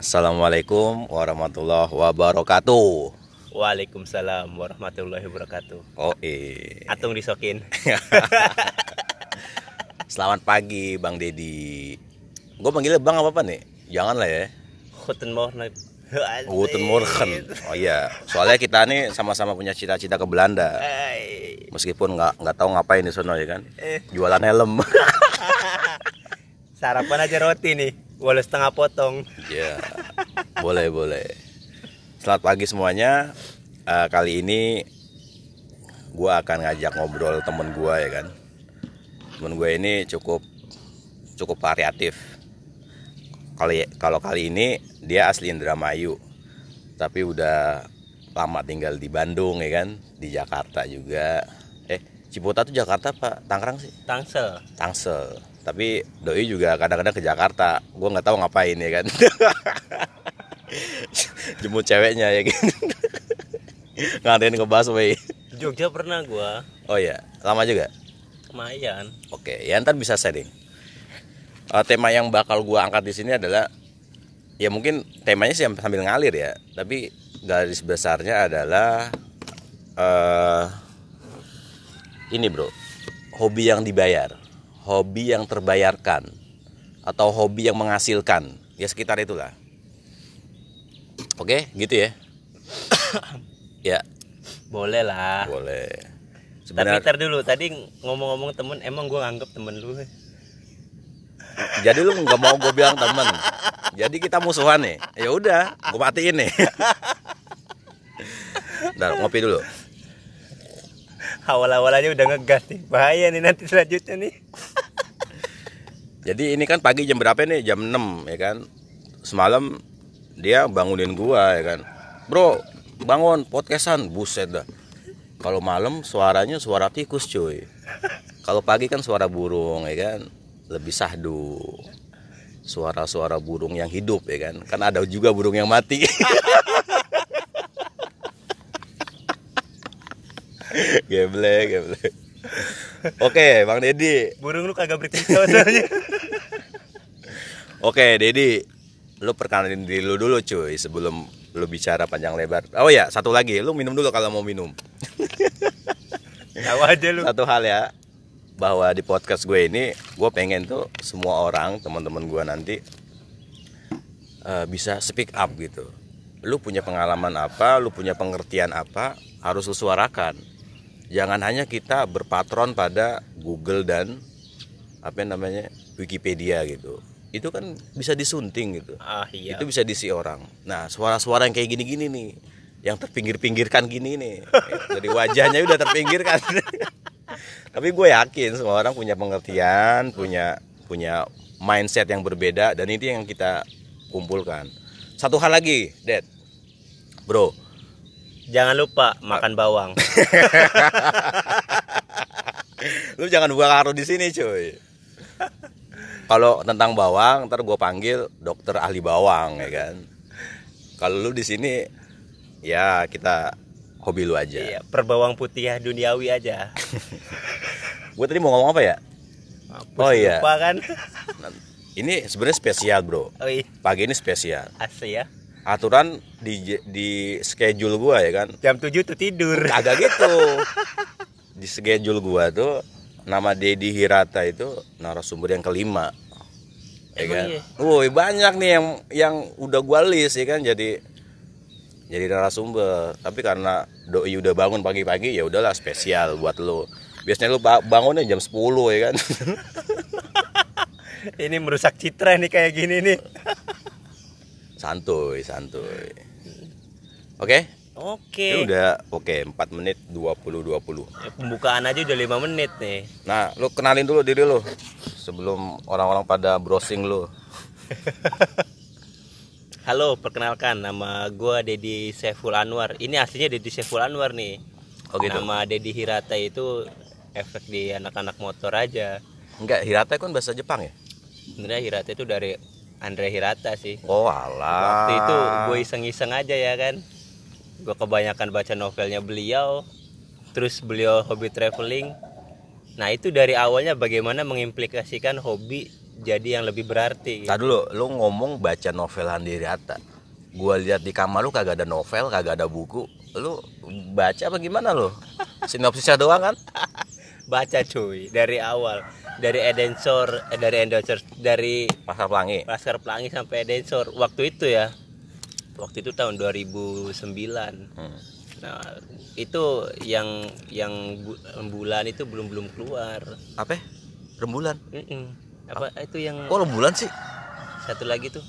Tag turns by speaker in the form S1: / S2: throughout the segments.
S1: Assalamualaikum warahmatullahi wabarakatuh.
S2: Waalaikumsalam warahmatullahi wabarakatuh.
S1: Oh
S2: Atung disokin.
S1: Selamat pagi Bang Dedi. Gue panggilnya Bang apa nih? Janganlah ya.
S2: Guten Morgen.
S1: Guten Morgen. Oh iya, soalnya kita nih sama-sama punya cita-cita ke Belanda. Meskipun nggak tahu ngapain di sono ya kan. Jualan helm.
S2: Sarapan aja roti nih, walau setengah potong.
S1: Ya, boleh. Selamat pagi semuanya. Kali ini gue akan ngajak ngobrol temen gue ya kan. Temen gue ini cukup variatif. Kalau kali ini dia asli Indramayu, tapi udah lama tinggal di Bandung ya kan, di Jakarta juga. Ciputat tuh Jakarta apa Tangerang sih? Tangsel. Tapi doi juga kadang-kadang ke Jakarta. Gue nggak tahu ngapain ya kan. Jemput ceweknya ya kan. Ngadain ke busway.
S2: Jogja pernah gua.
S1: Oh iya, lama juga.
S2: Lumayan.
S1: Oke, ya ntar bisa sharing. Tema yang bakal gue angkat di sini adalah, ya mungkin temanya sih sambil ngalir ya, tapi garis besarnya adalah ini bro, hobi yang dibayar, hobi yang terbayarkan, atau hobi yang menghasilkan, ya sekitar itulah. Oke, gitu ya. Ya,
S2: Boleh lah.
S1: boleh.
S2: Tapi ntar dulu, tadi ngomong-ngomong temen, emang gua nganggep temen lu.
S1: Jadi lu nggak mau gue bilang temen, jadi kita musuhan nih. Ya udah, gue matiin nih. Ntar ngopi dulu.
S2: Awal-awal aja udah ngegas nih, bahaya nih nanti selanjutnya nih.
S1: Jadi ini kan pagi jam berapa nih? Jam 6 ya kan. Semalam dia bangunin gua ya kan. Bro, bangun podcastan. Buset dah. Kalau malam suaranya suara tikus cuy. Kalau pagi kan suara burung ya kan. Lebih sahdu. Suara-suara burung yang hidup ya kan. Kan ada juga burung yang mati. Geblek. Oke, Bang Dedi.
S2: Burung lu kagak berkicau soalnya.
S1: Oke, Dedi. Lu perkenalin diri lu dulu cuy sebelum lu bicara panjang lebar. Oh ya, satu lagi, lu minum dulu kalau mau minum.
S2: Tahu aja lu.
S1: Satu hal ya, bahwa di podcast gue ini, gue pengen tuh semua orang, teman-teman gue nanti bisa speak up gitu. Lu punya pengalaman apa, lu punya pengertian apa, harus lu suarakan. Jangan hanya kita berpatron pada Google dan Wikipedia gitu. Itu kan bisa disunting gitu.
S2: Iya.
S1: Itu bisa diisi orang. Nah, suara-suara yang kayak gini-gini nih, yang terpinggir-pinggirkan gini nih, dari wajahnya udah terpinggirkan. Tapi gue yakin semua orang punya pengertian, punya mindset yang berbeda, dan itu yang kita kumpulkan. Satu hal lagi, Dad, bro,
S2: Jangan lupa makan bawang.
S1: lu jangan buka kartu di sini, cuy. Kalau tentang bawang, ntar gue panggil dokter ahli bawang, ya kan. Kalau lu di sini, ya kita hobi lu aja.
S2: Iya, perbawang putih ya, duniawi aja.
S1: Gue tadi mau ngomong apa ya? Oh iya.
S2: Lupa kan?
S1: Ini sebenarnya spesial, bro.
S2: Oh iya,
S1: Pagi ini spesial.
S2: asli ya.
S1: Aturan di schedule gue ya kan.
S2: Jam 7 tuh tidur.
S1: Kagak gitu. Di schedule gue tuh nama Dedi Hirata itu narasumber yang kelima. Ya kan?
S2: Iya?
S1: Woi, banyak nih yang udah gue list ya kan, jadi narasumber. Tapi karena doi udah bangun pagi-pagi, ya udahlah spesial buat lo. Biasanya lu bangunnya jam 10 ya kan.
S2: Ini merusak citra nih kayak gini nih.
S1: Santuy. Oke?
S2: Oke.
S1: Ini udah 4 menit 20.
S2: Pembukaan aja udah 5 menit nih.
S1: Nah, lu kenalin dulu diri lu sebelum orang-orang pada browsing lu.
S2: Halo, perkenalkan nama gua Dedi Saiful Anwar. Ini aslinya Dedi Saiful Anwar nih.
S1: Oh gitu.
S2: Nama Dedi Hirata itu efek di anak-anak motor aja.
S1: Enggak, Hirata kan bahasa Jepang ya?
S2: Sebenarnya Hirata itu dari Andre Hirata sih.
S1: Oh alah.
S2: Waktu itu gue iseng-iseng aja ya kan. Gue kebanyakan baca novelnya beliau. Terus beliau hobi traveling. Nah itu dari awalnya bagaimana mengimplikasikan hobi jadi yang lebih berarti.
S1: Tadi dulu, lu ngomong baca novel Handayani. Gua lihat di kamar lu kagak ada novel, kagak ada buku. Lu baca apa gimana lu? Sinopsisnya doang kan?
S2: Baca cuy dari awal, dari
S1: Pasar Pelangi.
S2: Laskar Pelangi sampai Edensor. Waktu itu ya. Waktu itu tahun 2009. Nah, itu yang rembulan itu belum keluar.
S1: Apa? Rembulan.
S2: Apa itu yang
S1: Kok rembulan sih?
S2: satu lagi tuh?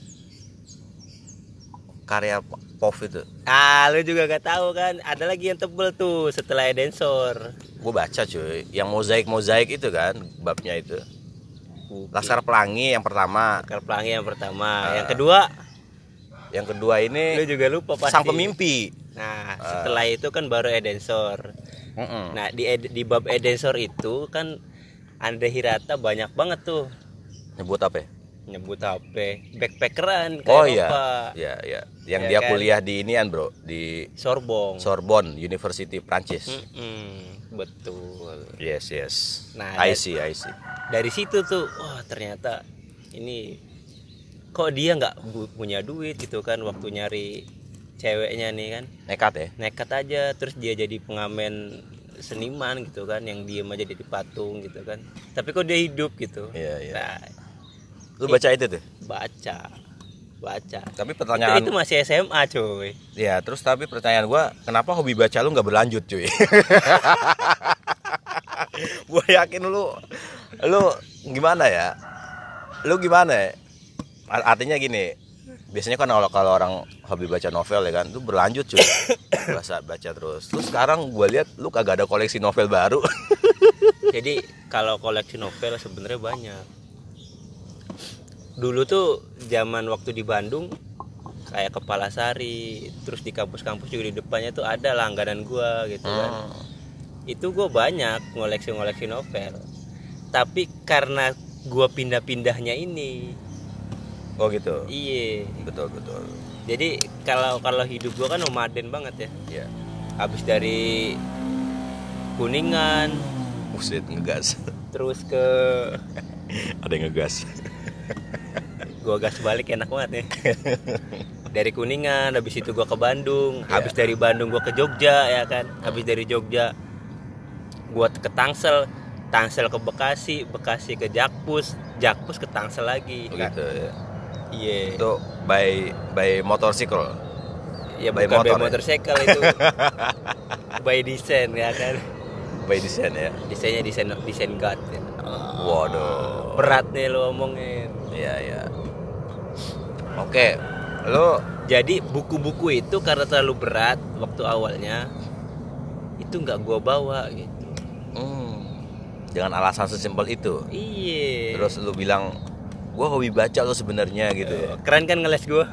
S1: Karya POV itu.
S2: Lu juga gak tahu kan? Ada lagi yang tebel tuh setelah Edensor.
S1: Gue baca cuy, yang mozaik itu kan babnya itu. Laskar Pelangi yang pertama.
S2: Laskar Pelangi yang pertama. Yang kedua
S1: ini
S2: lu juga lupa pasti.
S1: Sang Pemimpi.
S2: Nah, setelah itu kan baru Edensor. Nah, di bab Edensor itu kan Andre Hirata banyak banget tuh.
S1: Nyebut apa?
S2: Nyebut HP backpackeran
S1: kayak
S2: Eropa.
S1: Iya. Yang dia kan? Kuliah di inian, Bro, di Sorbonne University Prancis.
S2: Betul.
S1: Yes.
S2: Nah,
S1: I see.
S2: Dari situ tuh, ternyata ini kok dia nggak punya duit gitu kan waktu nyari ceweknya nih kan. Nekat aja, terus dia jadi pengamen seniman gitu kan, yang diem aja jadi patung gitu kan. Tapi kok dia hidup gitu.
S1: Iya.
S2: Nah,
S1: lu baca itu tuh?
S2: Baca.
S1: Tapi pertanyaan
S2: itu masih SMA cuy.
S1: Ya, terus tapi pertanyaan gua, kenapa hobi baca lu nggak berlanjut cuy? Gua yakin lu gimana ya? Artinya gini, biasanya kan kalau orang hobi baca novel ya kan, itu berlanjut cuy. baca terus. Terus sekarang gua lihat lu kagak ada koleksi novel baru.
S2: Jadi kalau koleksi novel sebenarnya banyak. Dulu tuh zaman waktu di Bandung kayak Kepala Sari, terus di kampus-kampus juga di depannya tuh ada langganan gua gitu kan. Itu gua banyak ngoleksi novel. Tapi karena gua pindah-pindahnya ini.
S1: Oh gitu.
S2: Iya.
S1: Betul.
S2: Jadi kalau hidup gua kan nomaden banget ya.
S1: Iya.
S2: Habis dari Kuningan,
S1: buset ngegas.
S2: Terus ke
S1: ada yang ngegas.
S2: Gua gas balik enak banget nih. Dari Kuningan, habis itu gua ke Bandung, habis dari Bandung gua ke Jogja ya kan. Habis dari Jogja gua ke Tangsel ke Bekasi ke Jakpus ke Tangsel lagi.
S1: Oh, gitu ya.
S2: Iya.
S1: Itu by motorcycle.
S2: Ya bukan by motorcycle itu. By desain ya kan.
S1: By desain ya.
S2: Desainnya desain God ya.
S1: Waduh.
S2: Berat nih lo omongin.
S1: Iya. Oke, lo
S2: jadi buku-buku itu karena terlalu berat waktu awalnya itu nggak gua bawa gitu.
S1: Dengan alasan sesimpel itu.
S2: Iya.
S1: Terus lo bilang gua hobi baca lo sebenarnya gitu ya.
S2: Keren kan ngeles gua.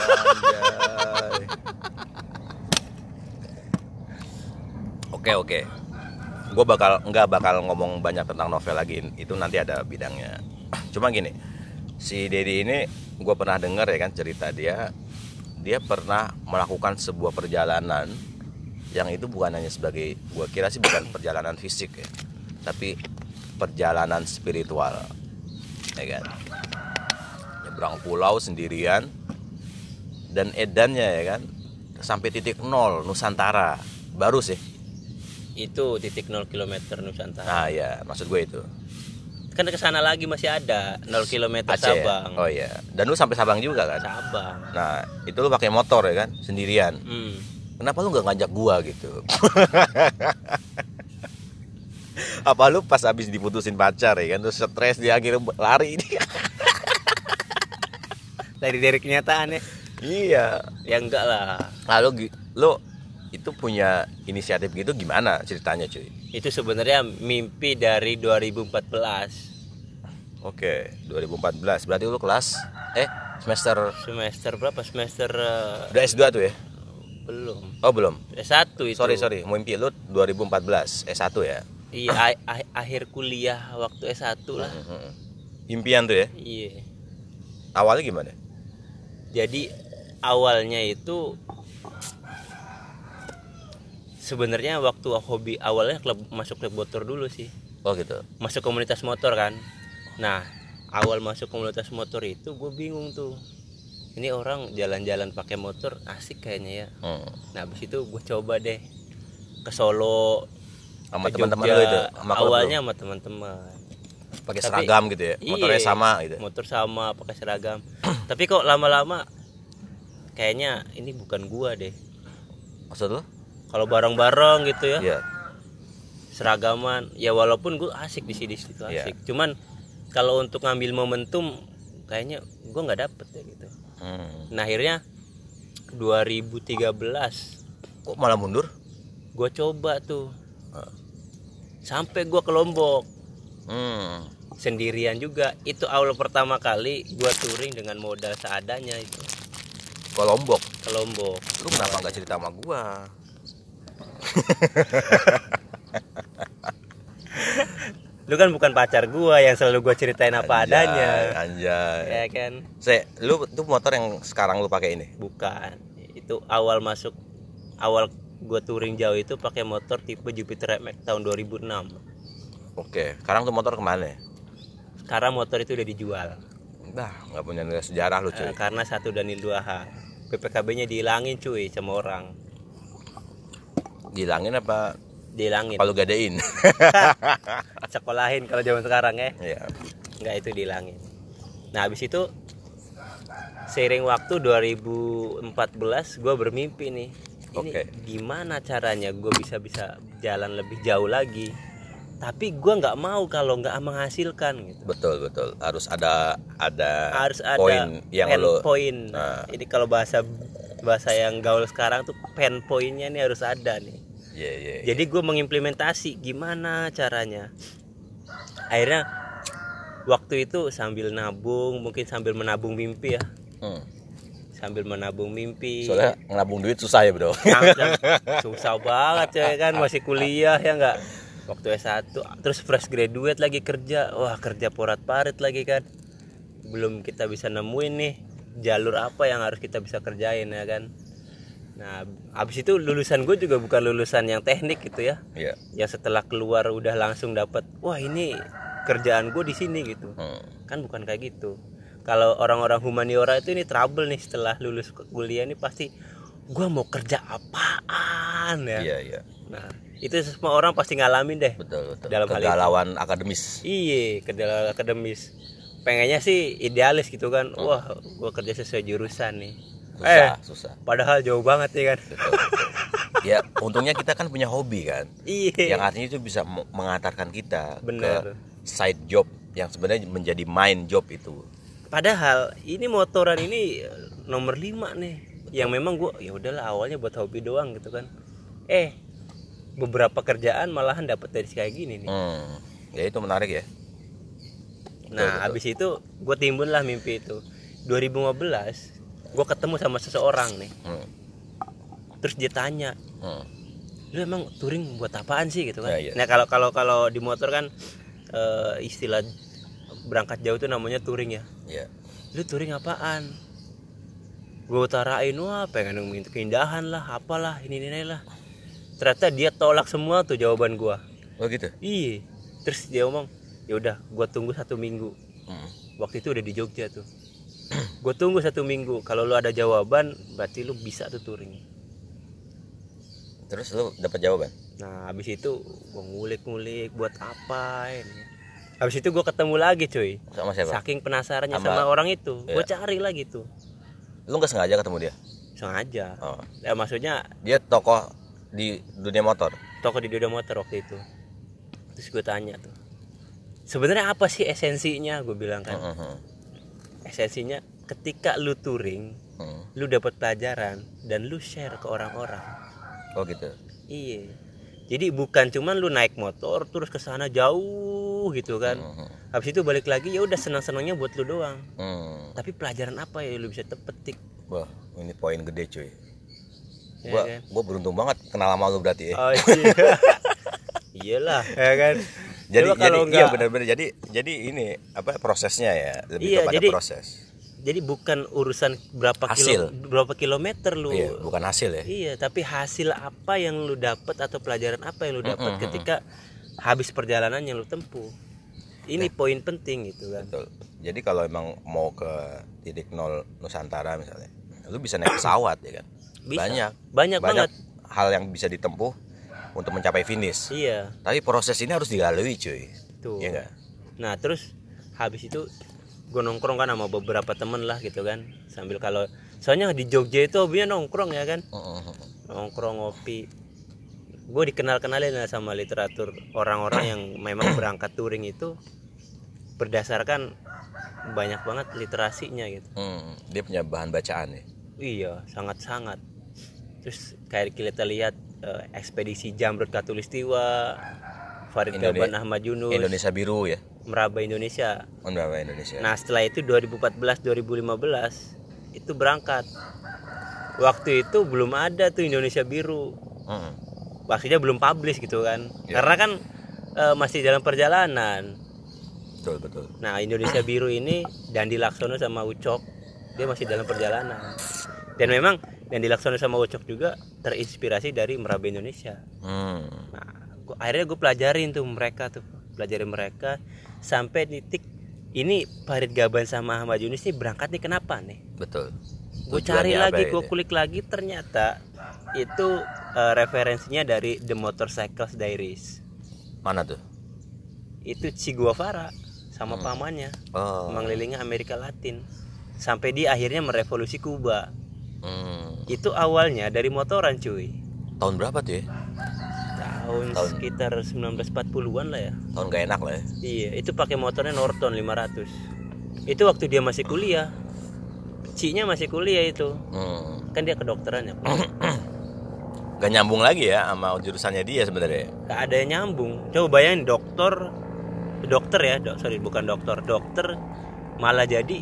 S1: Oke. Gua nggak bakal ngomong banyak tentang novel lagi. Itu nanti ada bidangnya. Cuma gini, si Dedi ini gue pernah dengar ya kan cerita dia pernah melakukan sebuah perjalanan yang itu bukan hanya sebagai, gue kira sih bukan perjalanan fisik ya, tapi perjalanan spiritual ya kan, nyebrang pulau sendirian dan edannya ya kan sampai titik 0 Nusantara baru sih
S2: itu titik 0 km Nusantara.
S1: Nah ya maksud gue itu
S2: kan ke sana lagi masih ada 0 km
S1: Aceh,
S2: Sabang.
S1: Oh iya. Dan lu sampai Sabang juga kan?
S2: Sabang.
S1: Nah, itu lu pakai motor ya kan, sendirian. Kenapa lu nggak ngajak gua gitu? Apa lu pas habis diputusin pacar ya kan, terus stres dia akhirnya lari?
S2: Dari kenyataan ya.
S1: Iya.
S2: Ya enggak lah.
S1: Lalu lu itu punya inisiatif gitu gimana ceritanya cuy?
S2: Itu sebenarnya mimpi dari 2014.
S1: Oke, 2014. Berarti lu kelas
S2: semester berapa? Semester
S1: udah S2 tuh ya?
S2: Belum.
S1: Oh, belum.
S2: S1 itu.
S1: Sorry. Mimpi lu 2014 S1 ya?
S2: Iya, akhir kuliah waktu S1 lah.
S1: Impian tuh ya?
S2: Iya.
S1: Awalnya gimana?
S2: Jadi awalnya itu sebenarnya waktu hobi awalnya masuk klub motor dulu sih.
S1: Oh gitu.
S2: Masuk komunitas motor kan. Nah, awal masuk komunitas motor itu gue bingung tuh. Ini orang jalan-jalan pakai motor asik kayaknya ya. Nah habis itu gue coba deh ke Solo
S1: sama
S2: ke
S1: teman-teman
S2: Jogja.
S1: lo itu sama
S2: Awalnya sama teman-teman
S1: pakai seragam gitu ya, motornya sama gitu ya?
S2: Motor sama pakai seragam. Tapi kok lama-lama kayaknya ini bukan gua deh.
S1: Maksud lo?
S2: Kalau bareng-bareng gitu ya,
S1: Iya.
S2: seragaman ya, walaupun gua asik di situ asik, cuman kalau untuk ngambil momentum kayaknya gua nggak dapet ya gitu. Nah akhirnya 2013
S1: kok malah mundur?
S2: gua coba tuh sampai gua ke Lombok sendirian juga. Itu awal pertama kali gua touring dengan modal seadanya itu.
S1: Ke Lombok.
S2: Ke Lombok.
S1: Lu kenapa nggak cerita sama gua?
S2: Lu kan bukan pacar gua yang selalu gua ceritain apa adanya.
S1: Anjay.
S2: Ya kan?
S1: Lu tuh motor yang sekarang lu pakai ini?
S2: Bukan. Itu awal gua touring jauh itu pakai motor tipe Jupiter MX tahun 2006.
S1: Oke, sekarang tuh motor kemana?
S2: Sekarang motor itu udah dijual.
S1: Nah, nggak punya nilai sejarah lu cuy.
S2: Karena 1 Danil 2H. PPKB-nya dihilangin cuy sama orang.
S1: Dihilangin apa?
S2: Dihilangin.
S1: Kalau gadein.
S2: Sekolahin kalau zaman sekarang ya.
S1: Iya.
S2: Enggak, itu dihilangin. Nah, habis itu seiring waktu 2014 gue bermimpi nih. Ini gimana caranya gue bisa jalan lebih jauh lagi. Tapi gue nggak mau kalau nggak menghasilkan gitu.
S1: Betul. Harus ada
S2: poin
S1: yang lo.
S2: Poin. Nah. Ini kalau bahasa yang gaul sekarang tuh pen poinnya nih harus ada nih.
S1: Yeah.
S2: Jadi gue mengimplementasi gimana caranya. Akhirnya waktu itu sambil nabung, mungkin sambil menabung mimpi ya. Sambil menabung mimpi.
S1: Soalnya nabung duit susah ya bro.
S2: Susah banget ya kan, masih kuliah ya enggak. Waktu S1 terus fresh graduate lagi kerja. Wah, kerja porat-parit lagi kan. Belum kita bisa nemuin nih jalur apa yang harus kita bisa kerjain ya kan. Nah, abis itu lulusan gue juga bukan lulusan yang teknik gitu ya.
S1: Iya.
S2: Yang setelah keluar udah langsung dapat, wah ini kerjaan gue di sini gitu. Kan bukan kayak gitu. Kalau orang-orang humaniora itu ini trouble nih setelah lulus kuliah ini pasti gue mau kerja apaan ya.
S1: Iya.
S2: Nah, itu semua orang pasti ngalamin deh.
S1: Betul.
S2: Dalam
S1: kegalauan akademis.
S2: Iya, kegalauan akademis. Pengennya sih idealis gitu kan. Wah, gue kerja sesuai jurusan nih.
S1: Susah.
S2: Padahal jauh banget nih kan.
S1: Betul. Ya, untungnya kita kan punya hobi kan.
S2: Iya.
S1: Yang artinya itu bisa mengantarkan kita
S2: ke
S1: side job yang sebenarnya menjadi main job itu.
S2: Padahal ini motoran ini nomor 5 nih. Yang memang gue ya udahlah awalnya buat hobi doang gitu kan. Beberapa kerjaan malahan dapat dari kayak gini nih.
S1: Ya itu menarik ya.
S2: Nah, habis itu gue timbun lah mimpi itu. 2015 gue ketemu sama seseorang nih. Terus dia tanya, lu emang touring buat apaan sih gitu kan?
S1: Ya.
S2: Nah kalau di motor kan istilah berangkat jauh tuh namanya touring ya.
S1: Iya.
S2: Lu touring apaan? Gue utarain, wah pengen nemuin keindahan lah, apalah ini lah. Ternyata dia tolak semua tuh jawaban gua.
S1: Oh gitu?
S2: Iya. Terus dia ngomong, ya udah, gua tunggu 1 minggu. Waktu itu udah di Jogja tuh. Gua tunggu 1 minggu. Kalau lu ada jawaban, berarti lu bisa tuh touring.
S1: Terus lu dapat jawaban?
S2: Nah, habis itu gua ngulik-ngulik buat apa ini. Habis itu gua ketemu lagi cuy.
S1: Sama siapa?
S2: Saking penasarannya sama orang itu, gua cari lagi tuh.
S1: Lu nggak sengaja ketemu dia?
S2: Sengaja. Ya maksudnya
S1: dia tokoh di dunia motor.
S2: Tokoh di dunia motor waktu itu. Terus gue tanya tuh, sebenarnya apa sih esensinya? Gue bilang kan, esensinya ketika lu touring, lu dapat pelajaran dan lu share ke orang-orang.
S1: Oh gitu.
S2: Iya. Jadi bukan cuman lu naik motor terus ke sana jauh gitu kan. Habis itu balik lagi ya udah senang-senangnya buat lu doang. Tapi pelajaran apa ya lu bisa petik?
S1: Wah, ini poin gede cuy.
S2: Ya,
S1: gua beruntung banget kenal sama lu berarti ya.
S2: Oh iya. Iyalah, ya kan.
S1: Jadi iya benar-benar jadi ini apa prosesnya ya, lebih kepada proses.
S2: Jadi bukan urusan berapa kilometer lu.
S1: Iya, bukan hasil ya.
S2: Iya, tapi hasil apa yang lu dapat atau pelajaran apa yang lu dapat ketika habis perjalanan yang lu tempuh. ini poin penting gitu kan.
S1: Betul. Jadi kalau emang mau ke titik nol Nusantara misalnya, lu bisa naik pesawat ya kan.
S2: Bisa. Banyak banget
S1: hal yang bisa ditempuh untuk mencapai finish.
S2: Iya.
S1: Tapi proses ini harus dilalui cuy.
S2: Tuh.
S1: Iya enggak?
S2: Nah terus habis itu gue nongkrong kan sama beberapa temen lah gitu kan, sambil kalau soalnya di Jogja itu hobinya nongkrong ya kan, nongkrong ngopi. Gue dikenalin lah sama literatur orang-orang yang memang berangkat touring itu berdasarkan banyak banget literasinya gitu.
S1: Dia punya bahan bacaan ya.
S2: Iya, sangat-sangat. Terus kayak kita lihat ekspedisi Jamrud Katulistiwa, Farid Gaban Ahmad Yunus,
S1: Indonesia Biru ya,
S2: Meraba Indonesia.
S1: Meraba Indonesia.
S2: Nah setelah itu 2014-2015 itu berangkat. Waktu itu belum ada tuh Indonesia Biru. Maksudnya belum publish gitu kan, karena kan masih dalam perjalanan.
S1: Betul.
S2: Nah Indonesia Biru ini Dandi Laksono sama Ucok dia masih dalam perjalanan. Dan memang Dandi Laksono sama Ucok juga terinspirasi dari Meraba Indonesia. Nah akhirnya gue pelajarin mereka sampai titik ini Farid Gaban sama Ahmad Yunus ini berangkat nih kenapa nih?
S1: Betul.
S2: Gue cari lagi, gue kulik lagi, ternyata itu referensinya dari The Motorcycles Diaries.
S1: Mana tuh?
S2: Itu Che Guevara sama pamannya mengelilingi Amerika Latin sampai dia akhirnya merevolusi Kuba. Itu awalnya dari motoran cuy.
S1: Tahun berapa tuh ya?
S2: Tahun sekitar 1940-an lah ya.
S1: Tahun gak enak lah ya.
S2: Iya, itu pakai motornya Norton 500. Itu waktu dia masih kuliah. Cinya masih kuliah itu. Kan dia kedokteran ya.
S1: Gak nyambung lagi ya sama jurusannya dia sebenarnya.
S2: Gak ada yang nyambung. Coba bayangin dokter malah jadi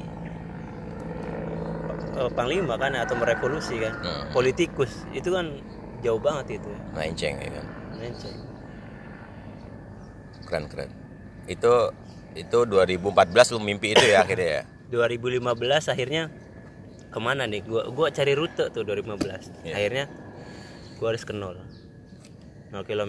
S2: panglima kan atau merevolusi kan. Politikus itu kan jauh banget itu.
S1: Melenceng ya kan.
S2: Melenceng.
S1: Keren. Itu 2014 lu mimpi itu ya akhirnya ya.
S2: 2015 akhirnya kemana nih? Gua cari rute tuh 2015. Akhirnya gua harus ke 0 km.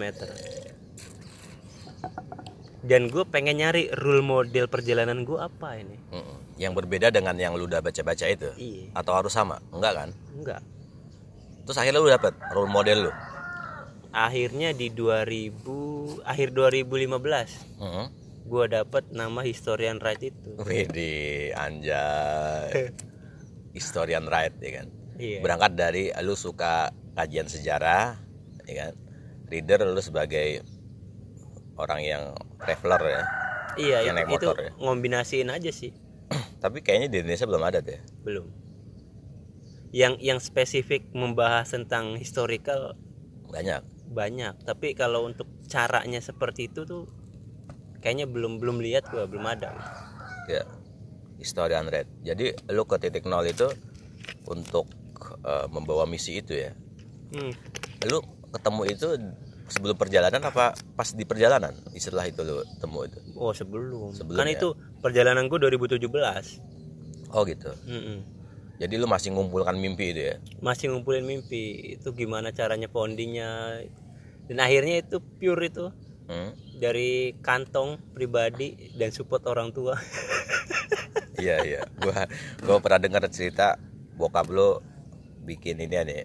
S2: Dan gue pengen nyari rule model perjalanan gue apa ini.
S1: Yang berbeda dengan yang lu udah baca-baca itu.
S2: Iya.
S1: Atau harus sama? Enggak kan?
S2: Enggak.
S1: Terus akhirnya lu dapet role model lu?
S2: Akhirnya di akhir 2015 gue dapet nama Historian Ride itu.
S1: Widih, anjay. Historian Ride ya kan?
S2: Iya.
S1: Berangkat dari lu suka kajian sejarah ya kan? Reader lu sebagai orang yang traveler ya.
S2: Iya,
S1: yang naik motor ya.
S2: Ngombinasiin aja sih.
S1: Tapi kayaknya di Indonesia belum ada deh.
S2: Belum. Yang spesifik membahas tentang historical banyak, tapi kalau untuk caranya seperti itu tuh kayaknya belum lihat gua, belum ada.
S1: Ya. Historian Red. Jadi lu ke titik nol itu untuk membawa misi itu ya. Lu ketemu itu sebelum perjalanan apa pas di perjalanan? Setelah itu lu temu itu?
S2: Oh sebelum kan ya?
S1: Ya?
S2: Itu perjalanan gue 2017.
S1: Oh gitu. Jadi lu masih ngumpulkan mimpi itu ya?
S2: Masih ngumpulin mimpi. Itu gimana caranya foundingnya. Dan akhirnya itu pure itu dari kantong pribadi dan support orang tua.
S1: Iya. Gua pernah dengar cerita bokap lu bikin ini nih.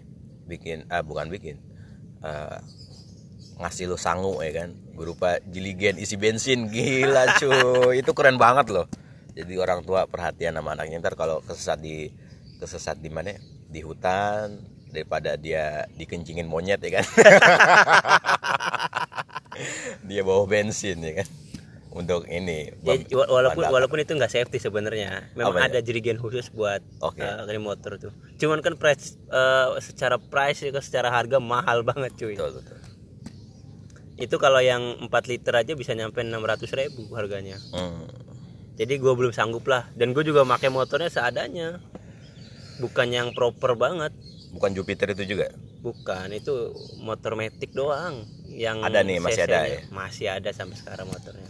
S1: Ngasih lu sangu ya kan, berupa jiligen isi bensin. Gila cuy, itu keren banget loh. Jadi orang tua perhatian sama anaknya. Ntar kalau kesesat di mana, di hutan, daripada dia dikencingin monyet ya kan. Dia bawa bensin ya kan untuk ini
S2: ya, walaupun itu nggak safety sebenarnya. Memang ada jerigen khusus buat rem motor tuh. Cuman kan secara price secara harga mahal banget cuy.
S1: Betul.
S2: Itu kalau yang 4 liter aja bisa nyampe 600.000 harganya. Jadi gue belum sanggup lah. Dan gue juga pakai motornya seadanya, bukan yang proper banget.
S1: Bukan Jupiter itu juga?
S2: Bukan, itu motor matic doang. Yang
S1: ada nih, masih ada ya?
S2: Masih ada sampai sekarang motornya.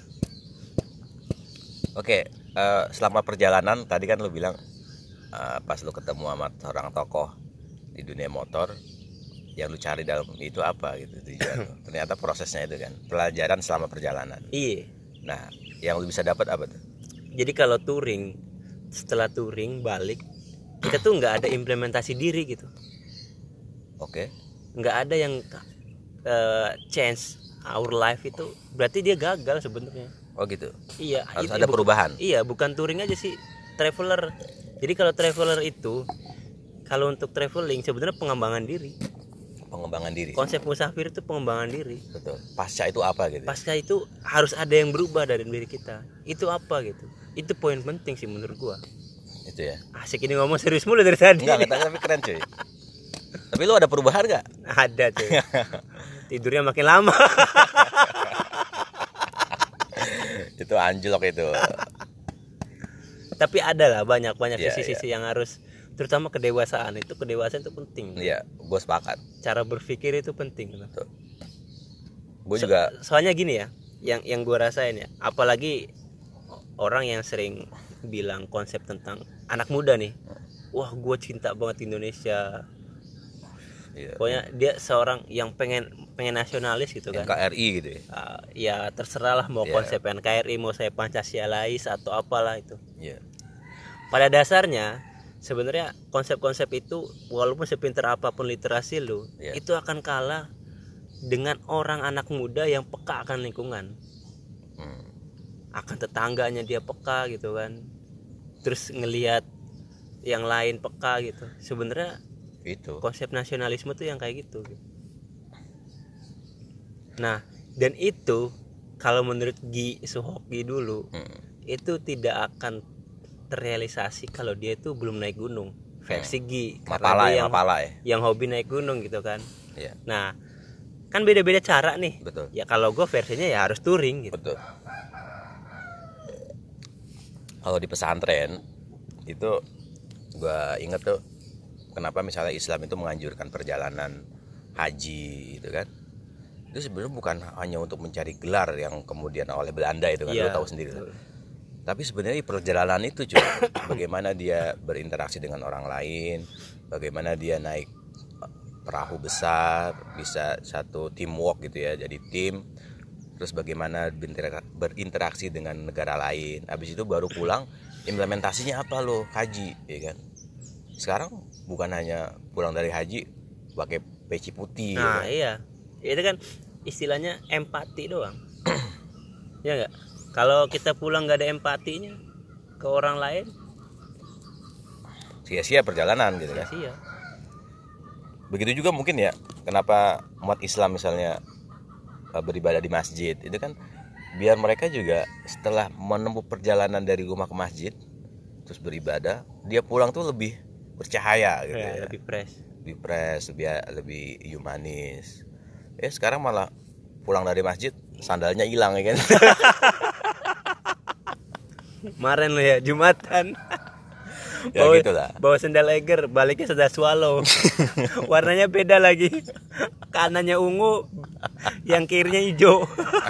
S1: Oke, selama perjalanan tadi kan lu bilang pas lu ketemu sama seorang tokoh di dunia motor, yang lu cari dalam itu apa gitu tujuan. Ternyata prosesnya itu kan pelajaran selama perjalanan.
S2: Iya.
S1: Nah, yang lu bisa dapat apa tuh?
S2: Jadi kalau touring, setelah touring balik, kita tuh nggak ada implementasi diri gitu.
S1: Oke.
S2: Nggak ada yang change our life itu, berarti dia gagal sebenarnya.
S1: Oh gitu.
S2: Iya.
S1: Harus ada perubahan.
S2: Iya, bukan touring aja sih, traveler. Jadi kalau traveler itu, kalau untuk traveling sebenarnya pengembangan diri.
S1: Pengembangan diri.
S2: Konsep musafir itu pengembangan diri.
S1: Betul. Pasca itu apa gitu?
S2: Pasca itu harus ada yang berubah dari diri kita. Itu apa gitu? Itu poin penting sih menurut gua.
S1: Itu ya.
S2: Asik ini ngomong serius mulu dari tadi.
S1: Enggak, tapi keren cuy. Tapi lu ada perubahan gak?
S2: Ada cuy. Tidurnya makin lama.
S1: Itu anjlok itu.
S2: Tapi ada lah banyak
S1: Iya,
S2: sisi-sisi yang harus, terutama kedewasaan itu penting.
S1: Iya, gue sepakat.
S2: Cara berpikir itu penting.
S1: Betul. Gue juga.
S2: Soalnya gini ya, yang gue rasain ya, apalagi orang yang sering bilang konsep tentang anak muda nih, wah gue cinta banget Indonesia.
S1: Iya.
S2: Pokoknya dia seorang yang pengen nasionalis gitu kan.
S1: NKRI gitu ya.
S2: Ya terserah lah mau
S1: Iya.
S2: konsep NKRI, mau saya Pancasilais atau apalah itu.
S1: Iya.
S2: Pada dasarnya sebenarnya konsep-konsep itu walaupun sepintar apapun literasi lu,
S1: Iya.
S2: itu akan kalah dengan orang anak muda yang peka akan lingkungan. Akan tetangganya dia peka gitu kan. Terus ngelihat yang lain peka gitu. Sebenarnya
S1: Itu.
S2: konsep nasionalisme tuh yang kayak gitu. Nah, dan itu kalau menurut Gi Suhoki dulu, itu tidak akan terrealisasi kalau dia itu belum naik gunung. Versi Gi,
S1: Mapala
S2: dia
S1: ya.
S2: yang hobi naik gunung gitu kan.
S1: Iya.
S2: Nah, kan beda-beda cara nih.
S1: Betul.
S2: Ya kalau gue versinya ya harus touring gitu.
S1: Betul. Kalau di pesantren itu gue inget tuh kenapa misalnya Islam itu menganjurkan perjalanan haji gitu kan. Itu sebenarnya bukan hanya untuk mencari gelar yang kemudian oleh Belanda itu kan,
S2: Iya,
S1: lo tahu sendiri lah. Tapi sebenarnya perjalanan itu cuy, bagaimana dia berinteraksi dengan orang lain, bagaimana dia naik perahu besar, bisa satu teamwork gitu ya, jadi tim. Terus bagaimana berinteraksi dengan negara lain. Habis itu baru pulang, implementasinya apa lo? Haji, ya kan. Sekarang bukan hanya pulang dari haji pakai peci putih.
S2: Nah,
S1: ya kan?
S2: iya. Itu kan istilahnya empati doang. Ya enggak? Kalau kita pulang enggak ada empatinya ke orang lain,
S1: Sia-sia perjalanan gitu kan.
S2: sia.
S1: Begitu juga mungkin ya, kenapa umat Islam misalnya beribadah di masjid itu kan biar mereka juga setelah menempuh perjalanan dari rumah ke masjid terus beribadah, dia pulang tuh lebih bercahaya gitu ya.
S2: Lebih fresh.
S1: Lebih humanis. Sekarang malah pulang dari masjid sandalnya hilang ya kan.
S2: Kemarin lo ya Jumatan.
S1: Ya gitulah.
S2: Bawa sendal Eger, baliknya sendal Swallow. Warnanya beda lagi. Kanannya ungu, yang kirinya hijau.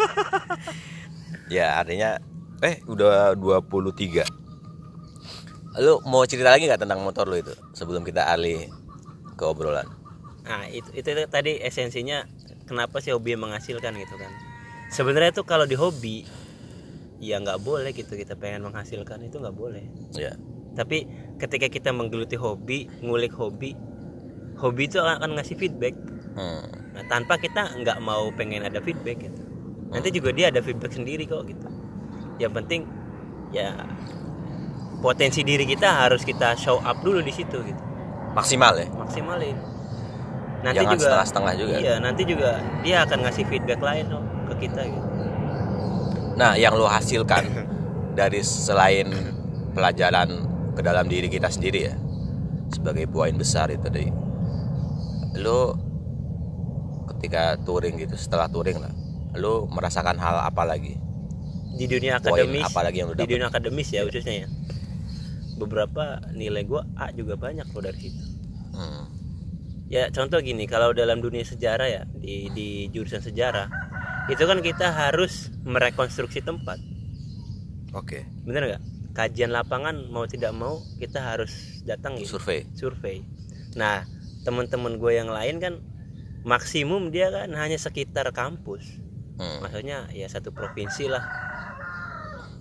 S1: Ya artinya udah 23. Lu mau cerita lagi nggak tentang motor lu itu sebelum kita alih ke obrolan?
S2: Nah itu tadi esensinya kenapa sih hobi menghasilkan gitu kan. Sebenarnya tuh kalau di hobi ya nggak boleh gitu, kita pengen menghasilkan itu nggak boleh.
S1: Ya.
S2: Tapi ketika kita menggeluti hobi, ngulik hobi itu akan ngasih feedback. Nah, tanpa kita nggak mau pengen ada feedback gitu. Nanti juga dia ada feedback sendiri kok gitu. Yang penting ya potensi diri kita harus kita show up dulu di situ gitu.
S1: Maksimal ya.
S2: Maksimalin. Nanti
S1: Jangan
S2: juga
S1: setengah-setengah juga.
S2: Iya, nanti juga dia akan ngasih feedback lain ke kita gitu.
S1: Nah, yang lo hasilkan dari selain pelajaran ke dalam diri kita sendiri ya, sebagai poin besar itu tadi, lo ketika touring gitu, setelah touring lah, lo merasakan hal apa lagi
S2: di dunia
S1: poin
S2: akademis?
S1: apa lagi yang lo
S2: di
S1: dapat?
S2: dunia akademis ya khususnya ya, beberapa nilai gue A juga banyak loh dari situ. Ya contoh gini, kalau dalam dunia sejarah ya, di jurusan sejarah itu kan kita harus merekonstruksi tempat.
S1: Oke.
S2: Bener nggak? Kajian lapangan mau tidak mau kita harus datang gitu. Survei. Nah teman-teman gue yang lain kan maksimum dia kan hanya sekitar kampus. Maksudnya ya satu provinsi lah.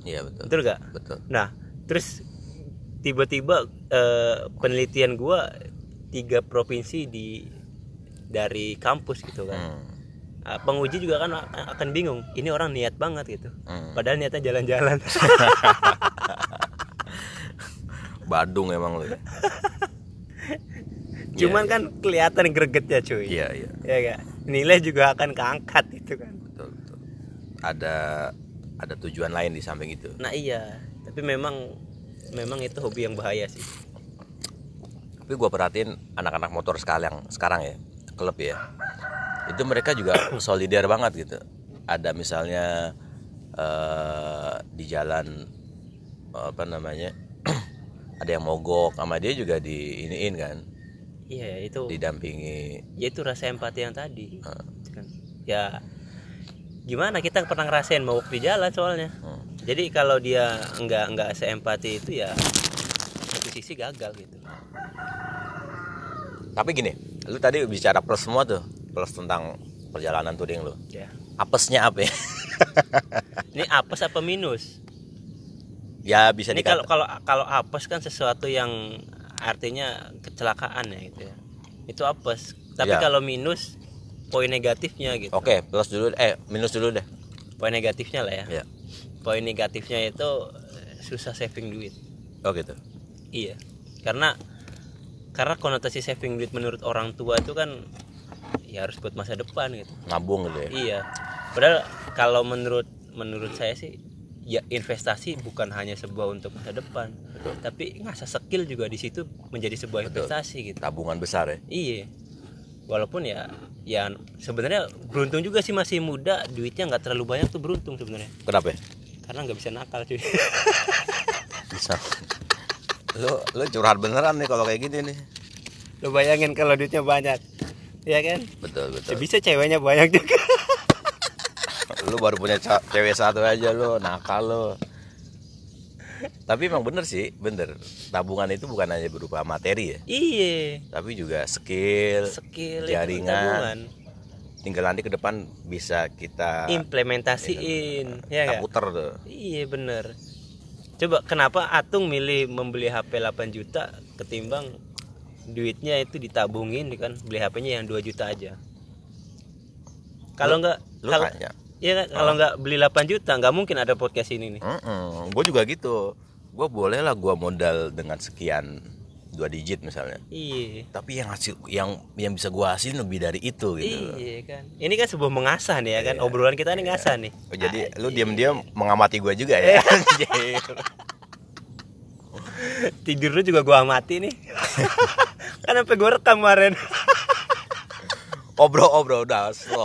S1: Iya betul.
S2: Betul gak?
S1: Betul.
S2: Nah terus tiba-tiba penelitian gua 3 provinsi dari kampus gitu kan. Penguji juga kan akan bingung, ini orang niat banget gitu. Padahal niatnya jalan-jalan.
S1: Badung emang lu.
S2: Cuman kan kelihatan gregetnya cuy.
S1: Iya.
S2: Ya gak? Nilai juga akan keangkat itu kan.
S1: Betul. Ada tujuan lain di samping itu.
S2: Nah iya, tapi memang itu hobi yang bahaya sih.
S1: Tapi gue perhatiin anak-anak motor sekarang ya, klub ya, itu mereka juga solider banget gitu. Ada misalnya di jalan apa namanya, ada yang mogok sama dia juga diiniin kan.
S2: Iya itu.
S1: Didampingi.
S2: Ya itu rasa empati yang tadi. Kan. Ya gimana, kita pernah ngerasain mogok di jalan soalnya. Jadi kalau dia enggak seempati itu ya satu sisi gagal gitu.
S1: Tapi gini, lu tadi bicara plus semua tuh, plus tentang perjalanan touring lu.
S2: Ya.
S1: Apesnya apa ya?
S2: Ini apes apa minus?
S1: Ya bisa
S2: ini
S1: dikata.
S2: kalau apes kan sesuatu yang artinya kecelakaan ya gitu ya. Itu apes. Tapi kalau minus poin negatifnya gitu.
S1: Oke, plus dulu minus dulu deh.
S2: Poin negatifnya lah ya.
S1: Ya.
S2: Poin negatifnya itu susah saving duit.
S1: Oh gitu.
S2: Iya. Karena konotasi saving duit menurut orang tua itu kan ya harus buat masa depan gitu.
S1: Nabung gitu ya.
S2: Iya. Padahal kalau menurut saya sih ya investasi bukan hanya sebuah untuk masa depan.
S1: Betul.
S2: Tapi ngasah skill juga di situ menjadi sebuah investasi gitu.
S1: Tabungan besar ya.
S2: Iya. Walaupun ya sebenarnya beruntung juga sih, masih muda, duitnya nggak terlalu banyak tuh, beruntung sebenarnya.
S1: Kenapa ya?
S2: Karena nggak bisa nakal cuy.
S1: Bisa. Lu curhat beneran nih kalau kayak gini nih.
S2: Lo bayangin kalau duitnya banyak, ya kan?
S1: Betul.
S2: Ya bisa ceweknya banyak juga.
S1: Lu baru punya cewek satu aja lu, nakal lu. Tapi emang bener sih, bener. Tabungan itu bukan hanya berupa materi ya.
S2: Iya.
S1: Tapi juga skill jaringan. Tinggal nanti ke depan bisa kita
S2: implementasiin, ya
S1: kita
S2: gak?
S1: puter tuh.
S2: Iya bener. Coba kenapa Atung milih membeli HP 8 juta ketimbang duitnya itu ditabungin kan, beli HP-nya yang 2 juta aja. Kalau kalau nggak beli 8 juta nggak mungkin ada podcast ini nih.
S1: Gue juga gitu. Gue boleh lah gue modal dengan sekian 2 digit misalnya.
S2: Iya.
S1: Tapi yang hasil yang bisa gue hasilin lebih dari itu gitu.
S2: Iya kan. Ini kan sebuah mengasah nih ya kan. Obrolan kita nih ngasah nih.
S1: Oh, jadi lu diam-diam mengamati gue juga ya.
S2: Tidur lu juga gue amati nih. Kan sampai gue rekam kemarin.
S1: Obrol udah slow.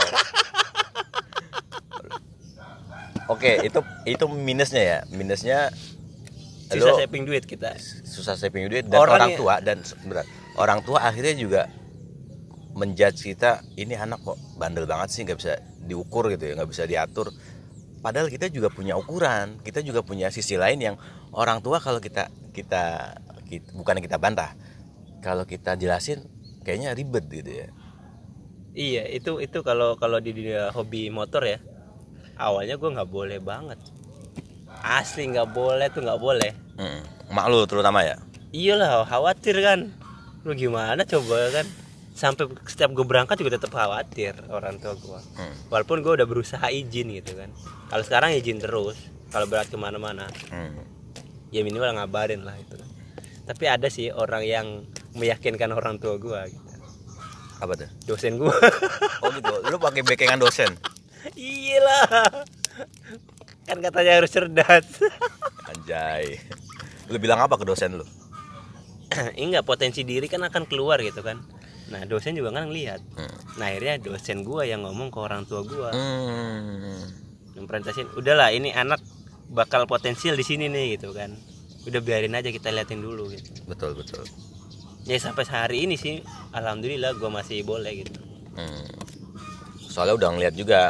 S1: Oke, itu minusnya ya. Minusnya
S2: susah saving duit kita.
S1: Susah saving duit dan orang tua akhirnya juga menjudge kita, ini anak kok bandel banget sih, nggak bisa diukur gitu ya, nggak bisa diatur. Padahal kita juga punya ukuran, kita juga punya sisi lain yang orang tua kalau kita bukan kita bantah, kalau kita jelasin kayaknya ribet gitu ya.
S2: Iya, itu kalau di dunia hobi motor ya, awalnya gue nggak boleh banget, asli nggak boleh.
S1: Mak lu terutama ya.
S2: Iyalah, khawatir kan, lu gimana coba kan, sampai setiap gue berangkat juga tetap khawatir orang tua gue. Walaupun gue udah berusaha izin gitu kan, kalau sekarang izin terus kalau berat kemana-mana. Ya minimal ngabarin lah itu. Tapi ada sih orang yang meyakinkan orang tua gue gitu.
S1: Apa tuh?
S2: Dosen gue.
S1: Oh gitu, lu pakai backingan dosen?
S2: Iyalah, kan katanya harus cerdas.
S1: Anjay. Lu bilang apa ke dosen lu?
S2: Enggak, potensi diri kan akan keluar gitu kan. Nah dosen juga kan ngelihat. Nah akhirnya dosen gue yang ngomong ke orang tua gue, mempresentasiin, udahlah ini anak bakal potensial di sini nih gitu kan. Udah biarin aja, kita liatin dulu gitu.
S1: Betul.
S2: Ya sampai hari ini sih alhamdulillah gue masih boleh gitu.
S1: Soalnya udah ngeliat juga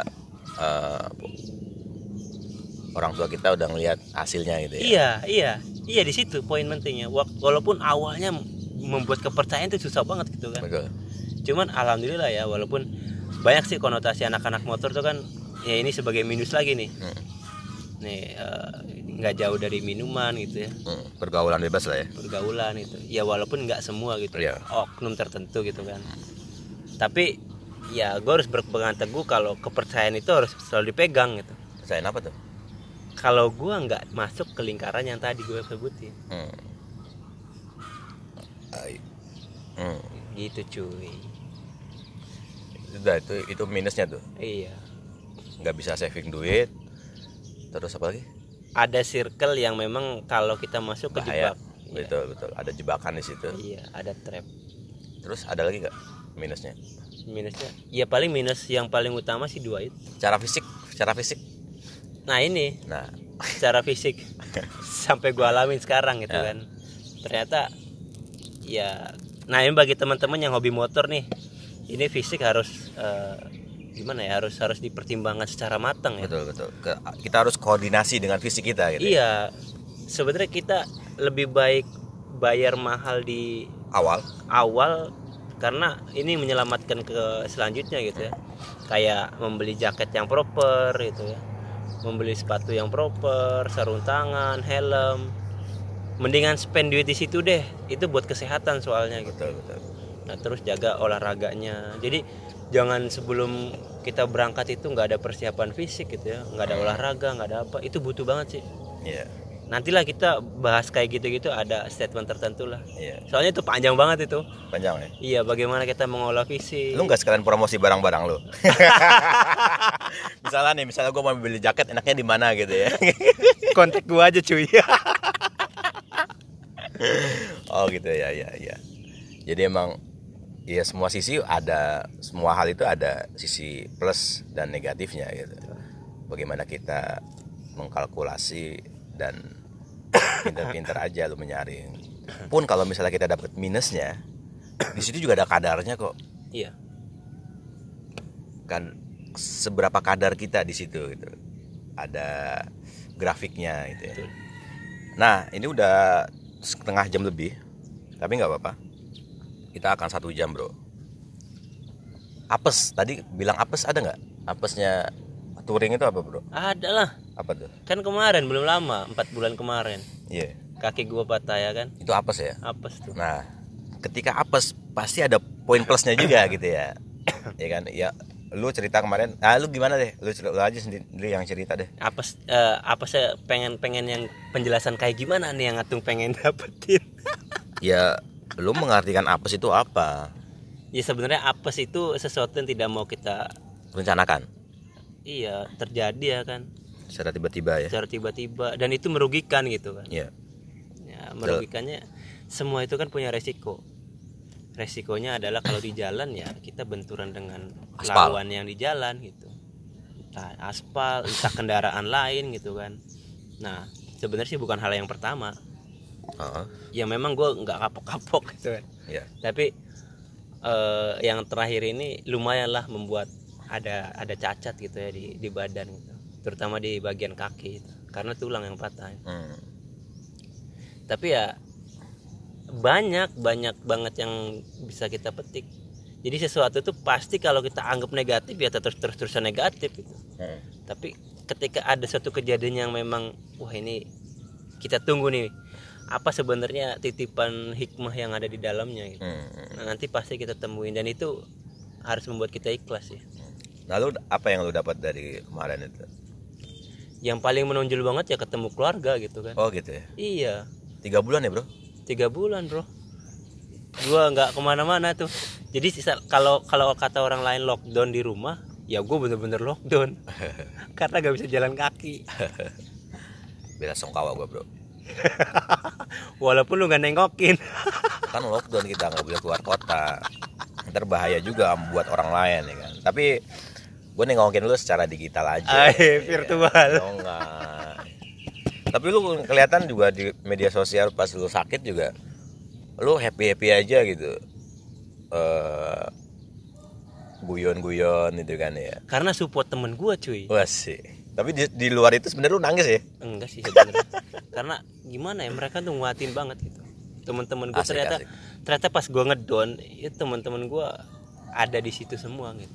S1: orang tua kita udah ngeliat hasilnya gitu ya. Iya di situ poin pentingnya. Walaupun awalnya membuat kepercayaan itu susah banget gitu kan. Betul.
S2: Cuman alhamdulillah ya, walaupun banyak sih konotasi anak-anak motor tuh kan, ya ini sebagai minus lagi nih. Nih nggak jauh dari minuman gitu ya.
S1: Pergaulan bebas lah ya.
S2: Pergaulan itu ya, walaupun nggak semua gitu, oknum tertentu gitu kan. Tapi ya gue harus berpegang teguh kalau kepercayaan itu harus selalu dipegang gitu.
S1: Percayaan apa tuh?
S2: Kalau gue nggak masuk ke lingkaran yang tadi gue sebutin. Gitu cuy.
S1: Itu minusnya tuh.
S2: Iya.
S1: Nggak bisa saving duit. Terus apa lagi?
S2: Ada circle yang memang kalau kita masuk ke jebak.
S1: Betul. Ada jebakan di situ.
S2: Iya, ada trap.
S1: Terus ada lagi nggak minusnya?
S2: Minusnya? Ya paling minus yang paling utama sih 2 itu.
S1: Secara fisik.
S2: Nah ini. Secara fisik sampai gue alamin sekarang gitu kan. Ternyata ya. Nah ini bagi teman-teman yang hobi motor nih, ini fisik harus gimana ya, harus dipertimbangkan secara matang ya.
S1: Betul. Kita harus koordinasi dengan fisik kita gitu.
S2: Iya. Sebenarnya kita lebih baik bayar mahal di awal karena ini menyelamatkan ke selanjutnya gitu ya. Kayak membeli jaket yang proper gitu ya. Membeli sepatu yang proper, sarung tangan, helm. Mendingan spend duit di situ deh. Itu buat kesehatan soalnya gitu.
S1: Betul.
S2: Nah, terus jaga olahraganya. Jadi jangan sebelum kita berangkat itu nggak ada persiapan fisik gitu ya, nggak ada olahraga, nggak ada apa. Itu butuh banget sih.
S1: Iya.
S2: Nantilah kita bahas kayak gitu-gitu, ada statement tertentu lah.
S1: Iya.
S2: Soalnya itu panjang banget itu.
S1: Panjang ya.
S2: Iya, bagaimana kita mengolah fisik.
S1: Lu nggak sekalian promosi barang-barang lu? misalnya gue mau beli jaket, enaknya di mana gitu ya?
S2: Kontak gue aja cuy.
S1: Oh gitu ya. Jadi emang ya semua hal itu ada sisi plus dan negatifnya gitu. Bagaimana kita mengkalkulasi dan pintar-pintar aja lu menyaring. Pun kalau misalnya kita dapat minusnya, di situ juga ada kadarnya kok.
S2: Iya.
S1: Kan seberapa kadar kita di situ gitu. Ada grafiknya gitu ya. Nah, ini udah setengah jam lebih, tapi nggak apa-apa, kita akan 1 jam bro. Apes, tadi bilang apes, ada nggak apesnya touring itu apa bro?
S2: Ada lah.
S1: Apa tuh?
S2: Kan kemarin belum lama, 4 bulan kemarin.
S1: Iya.
S2: Kaki gua patah ya kan.
S1: Itu apes ya?
S2: Apes tuh.
S1: Nah, ketika apes pasti ada poin plusnya juga gitu ya. Ya kan? Ya, lu cerita kemarin. Lu gimana deh? Lu aja sendiri yang cerita deh.
S2: Apes saya pengen yang penjelasan kayak gimana nih yang Atung pengen dapetin.
S1: Ya, lu mengartikan apes itu apa?
S2: Ya sebenarnya apes itu sesuatu yang tidak mau kita
S1: rencanakan.
S2: Iya, terjadi ya kan.
S1: Secara tiba-tiba ya.
S2: Secara tiba-tiba, dan itu merugikan gitu kan.
S1: Iya.
S2: Ya, merugikannya semua itu kan punya resiko. Resikonya adalah kalau di jalan ya kita benturan dengan lawan yang di jalan gitu. Entah aspal, entah kendaraan lain gitu kan. Nah, sebenarnya sih bukan hal yang pertama. Ya memang gue nggak kapok-kapok gitu kan.
S1: Iya.
S2: Tapi yang terakhir ini lumayan lah membuat ada cacat gitu ya di badan gitu. Terutama di bagian kaki gitu. Karena tulang yang patah. Tapi ya banyak banget yang bisa kita petik. Jadi sesuatu itu pasti kalau kita anggap negatif ya terus-terusan negatif gitu. Tapi ketika ada satu kejadian yang memang wah ini kita tunggu nih, apa sebenarnya titipan hikmah yang ada di dalamnya gitu. Nah, nanti pasti kita temuin, dan itu harus membuat kita ikhlas ya.
S1: Lalu apa yang lu dapat dari kemarin itu?
S2: Yang paling menonjol banget ya ketemu keluarga gitu kan.
S1: Oh gitu ya.
S2: Iya.
S1: 3 bulan ya bro?
S2: 3 bulan bro. Gua nggak kemana-mana tuh. Jadi kalau kata orang lain lockdown di rumah, ya gue bener-bener lockdown. Karena gak bisa jalan kaki.
S1: Bela sungkawa gue bro.
S2: Walaupun lu gak nengokin.
S1: Kan lockdown, kita nggak boleh keluar kota. Ntar bahaya juga buat orang lain ya kan. Tapi gue nengokin lu secara digital aja.
S2: Virtual.
S1: Ya, enggak. Tapi lu kelihatan juga di media sosial pas lu sakit juga, lu happy aja gitu. Guyon itu kan ya.
S2: Karena support temen gue cuy.
S1: Wah sih. Tapi di luar itu sebenarnya lu nangis ya?
S2: Enggak sih sebenarnya. Karena gimana ya, mereka tuh nguatin banget gitu. Teman-teman gue ternyata pas gue ngedown, itu teman-teman gue ada di situ semua gitu.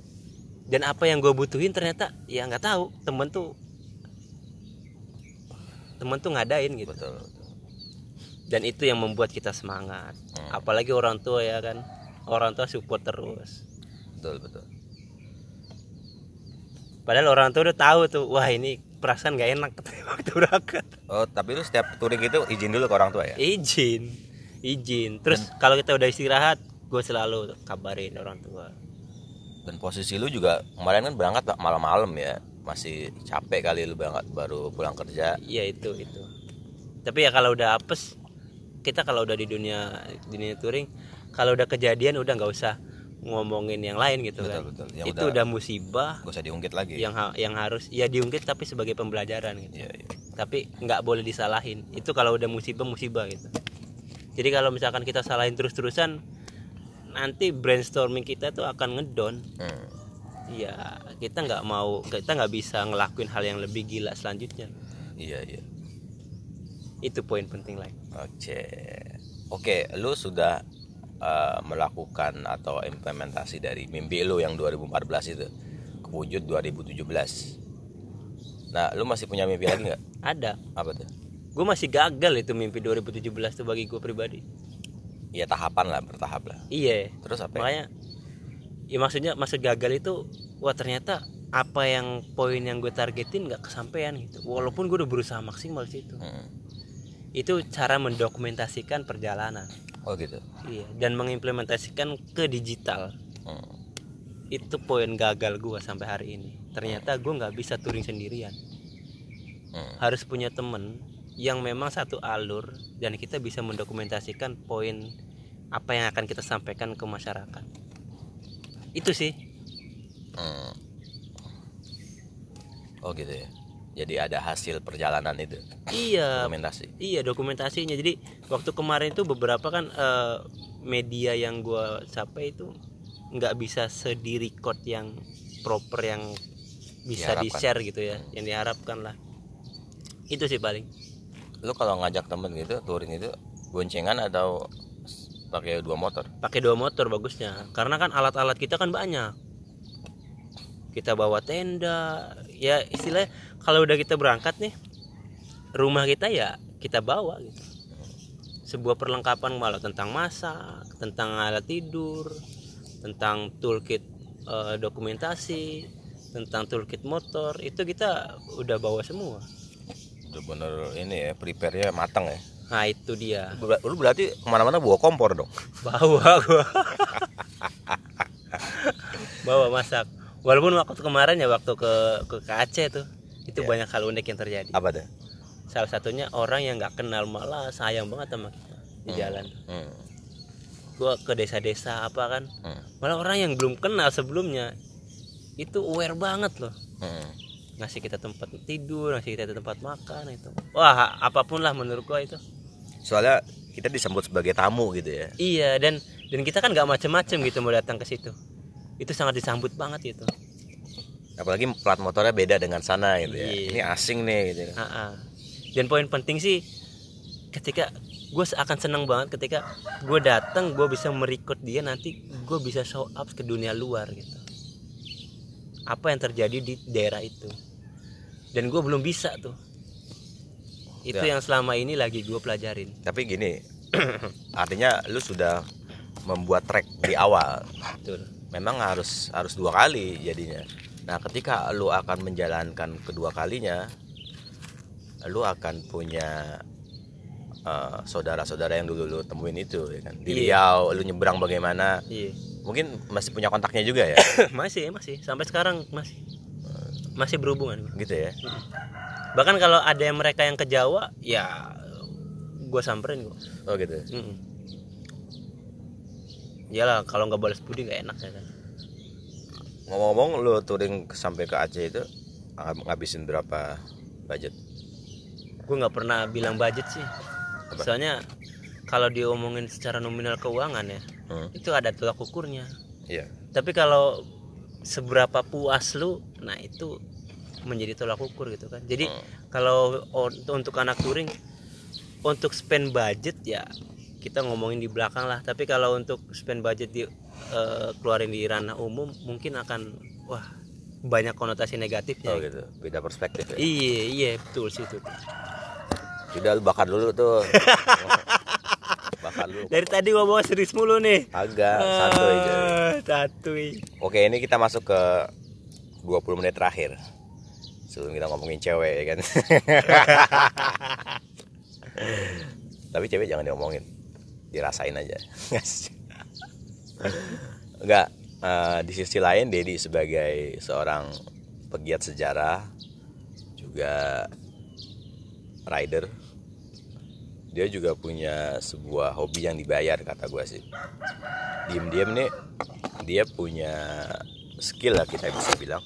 S2: Dan apa yang gue butuhin ternyata ya nggak tahu, temen tuh teman tuh ngadain gitu.
S1: Betul.
S2: Dan itu yang membuat kita semangat. Apalagi orang tua ya kan, orang tua support terus.
S1: Betul.
S2: Padahal orang tua udah tahu tuh, wah ini perasaan gak enak waktu berangkat.
S1: Oh, tapi lu setiap touring itu izin dulu ke orang tua ya?
S2: Izin. Terus kalau kita udah istirahat, gue selalu kabarin orang tua.
S1: Dan posisi lu juga kemarin kan berangkat malam-malam ya, masih capek kali lu berangkat baru pulang kerja.
S2: Iya itu. Tapi ya kalau udah apes, kita kalau udah di dunia touring, kalau udah kejadian udah nggak usah ngomongin yang lain gitu.
S1: Betul.
S2: Yang itu udah musibah.
S1: Gak usah diungkit lagi.
S2: Yang harus ya diungkit tapi sebagai pembelajaran gitu.
S1: Iya.
S2: Tapi nggak boleh disalahin. Itu kalau udah musibah gitu. Jadi kalau misalkan kita salahin terus-terusan, nanti brainstorming kita tuh akan ngedon. Iya, kita nggak bisa ngelakuin hal yang lebih gila selanjutnya.
S1: Iya.
S2: Itu poin penting lain.
S1: Oke, lu sudah melakukan atau implementasi dari mimpi lu yang 2014 itu kewujud 2017. Nah, lu masih punya mimpi lagi nggak?
S2: Ada.
S1: Apa tuh?
S2: Gue masih gagal itu mimpi 2017 tuh bagi gue pribadi.
S1: Ya tahapan lah, bertahap lah.
S2: Iya.
S1: Terus apa?
S2: Makanya, ya maksud gagal itu, wah ternyata apa yang poin yang gue targetin nggak kesampaian gitu. Walaupun gue udah berusaha maksimal di situ. Itu cara mendokumentasikan perjalanan.
S1: Oh gitu.
S2: Iya. Dan mengimplementasikan ke digital. Itu poin gagal gue sampai hari ini. Ternyata gue nggak bisa touring sendirian. Harus punya temen yang memang satu alur dan kita bisa mendokumentasikan poin apa yang akan kita sampaikan ke masyarakat. Itu sih.
S1: Oh gitu ya. Jadi ada hasil perjalanan itu.
S2: Iya.
S1: Dokumentasi.
S2: Iya, dokumentasinya. Jadi waktu kemarin itu beberapa kan media yang gue capai itu nggak bisa se-record yang proper yang bisa di-share gitu ya, yang diharapkan lah. Itu sih paling.
S1: Lu kalau ngajak temen gitu touring itu boncengan atau pakai 2 motor?
S2: Pakai 2 motor bagusnya. Karena kan alat-alat kita kan banyak. Kita bawa tenda, ya istilahnya kalau udah kita berangkat nih, rumah kita ya kita bawa gitu. Sebuah perlengkapan malah tentang masak, tentang alat tidur, tentang toolkit dokumentasi, tentang toolkit motor, itu kita udah bawa semua.
S1: Udah bener ini ya, prepare-nya matang ya.
S2: Nah itu dia.
S1: Lu berarti kemana-mana bawa kompor dong?
S2: Bawa gua. Bawa masak. Walaupun waktu kemarin ya waktu ke Aceh tuh, itu banyak hal unik yang terjadi.
S1: Apa tuh?
S2: Salah satunya orang yang nggak kenal malah sayang banget sama kita di jalan. Gua ke desa-desa apa kan, malah orang yang belum kenal sebelumnya itu aware banget loh. Ngasih kita tempat tidur, ngasih kita tempat makan itu. Wah, apapun lah menurut gua itu.
S1: Soalnya kita disambut sebagai tamu gitu ya.
S2: Iya, dan kita kan nggak macem-macem gitu mau datang ke situ. Itu sangat disambut banget itu.
S1: Apalagi plat motornya beda dengan sana gitu ya. Ini asing nih gitu.
S2: Dan poin penting sih, ketika gue akan senang banget ketika gue datang, gue bisa merecord dia, nanti gue bisa show up ke dunia luar gitu. Apa yang terjadi di daerah itu. Dan gue belum bisa tuh. Itu yang selama ini lagi gue pelajarin.
S1: Tapi gini, artinya lu sudah membuat track di awal.
S2: Betul.
S1: Memang harus 2 kali jadinya. Nah, ketika lu akan menjalankan kedua kalinya, lu akan punya saudara-saudara yang dulu lu temuin itu ya kan. Di Riau, lu nyebrang bagaimana? Mungkin masih punya kontaknya juga ya?
S2: masih sampai sekarang masih berhubungan
S1: gitu ya.
S2: Bahkan kalau ada yang mereka yang ke Jawa, ya gue samperin gue.
S1: Oh gitu.
S2: Iyalah, kalau nggak balas budi nggak enak ya kan.
S1: Ngomong-ngomong, lu touring sampai ke Aceh itu ngabisin berapa budget?
S2: Gue nggak pernah bilang budget sih. Soalnya kalau diomongin secara nominal keuangan ya, itu ada tolak ukurnya.
S1: Iya.
S2: Tapi kalau seberapa puas lu, nah itu menjadi tolak ukur gitu kan. Jadi kalau untuk anak touring, untuk spend budget ya kita ngomongin di belakang lah. Tapi kalau untuk spend budget keluarin di ranah umum, mungkin akan banyak konotasi negatifnya.
S1: Oh gitu, beda perspektif ya.
S2: Iya betul sih itu.
S1: Sudah lu bakar dulu tuh. Bakar dulu.
S2: Dari tadi gua bawa serius mulu nih.
S1: Agak santuy aja.
S2: Santuy.
S1: Oke, ini kita masuk ke 20 menit terakhir. Sebelum kita ngomongin cewek ya kan. Tapi cewek jangan diomongin. Dirasain aja. Enggak, di sisi lain Dedi sebagai seorang pegiat sejarah, juga rider, dia juga punya sebuah hobi yang dibayar kata gue sih. Diem-diem nih dia punya skill lah kita bisa bilang.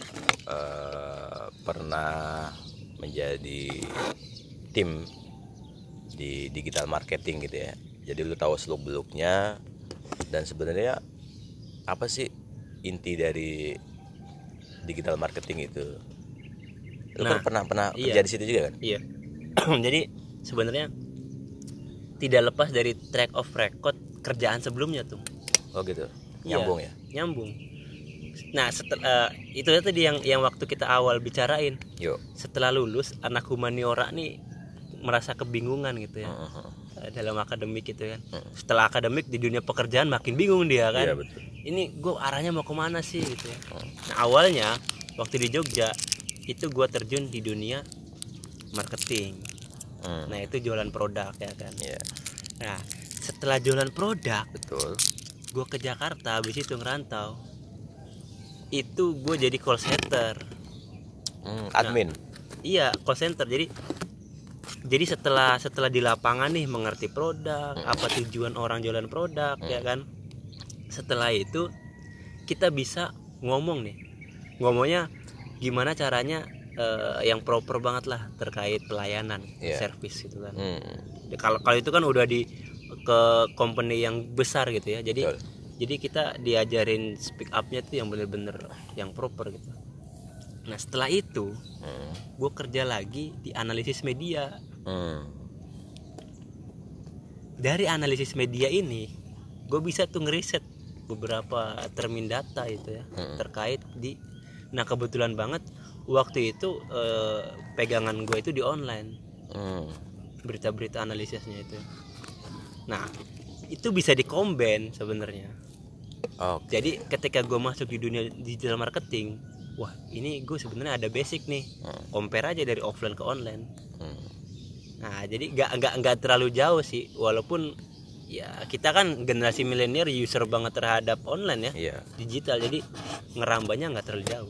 S1: Pernah menjadi tim di digital marketing gitu ya. Jadi lu tahu seluk-beluknya, dan sebenarnya apa sih inti dari digital marketing itu? Lu kan pernah
S2: iya.
S1: kerja di situ juga kan?
S2: Iya. Jadi sebenarnya tidak lepas dari track of record kerjaan sebelumnya tuh.
S1: Oh gitu. Nyambung ya?
S2: Nyambung. Nah, setelah itu tadi yang waktu kita awal bicarain.
S1: Yuk.
S2: Setelah lulus anak humaniora nih merasa kebingungan gitu ya. Dalam akademik gitu kan. Setelah akademik di dunia pekerjaan makin bingung dia kan.
S1: Iya, betul.
S2: Ini gue arahnya mau kemana sih gitu ya. Nah, awalnya waktu di Jogja itu gue terjun di dunia marketing. Nah, itu jualan produk ya kan.
S1: Iya.
S2: Nah, setelah jualan produk,
S1: Betul.
S2: gue ke Jakarta, habis itu ngerantau. Itu gue jadi call center.
S1: Admin.
S2: Iya, call center. Jadi setelah di lapangan nih mengerti produk, apa tujuan orang jualan produk ya kan. Setelah itu kita bisa ngomong nih. Ngomongnya gimana caranya yang proper banget lah terkait pelayanan, service gitu kan. Kalau itu kan udah ke company yang besar gitu ya. Jadi kita diajarin speak up-nya tuh yang bener-bener yang proper gitu. Nah, setelah itu gue kerja lagi di analisis media. Dari analisis media ini gue bisa tuh ngeriset beberapa termin data itu ya, terkait nah kebetulan banget waktu itu pegangan gue itu di online, berita-berita analisisnya itu. Nah, itu bisa dikomben sebenarnya. Jadi ketika gue masuk di dunia digital marketing, wah ini gue sebenarnya ada basic nih, compare aja dari offline ke online. Nah, jadi nggak terlalu jauh sih, walaupun ya kita kan generasi milenial user banget terhadap online ya, digital, jadi ngerambanya nggak terlalu jauh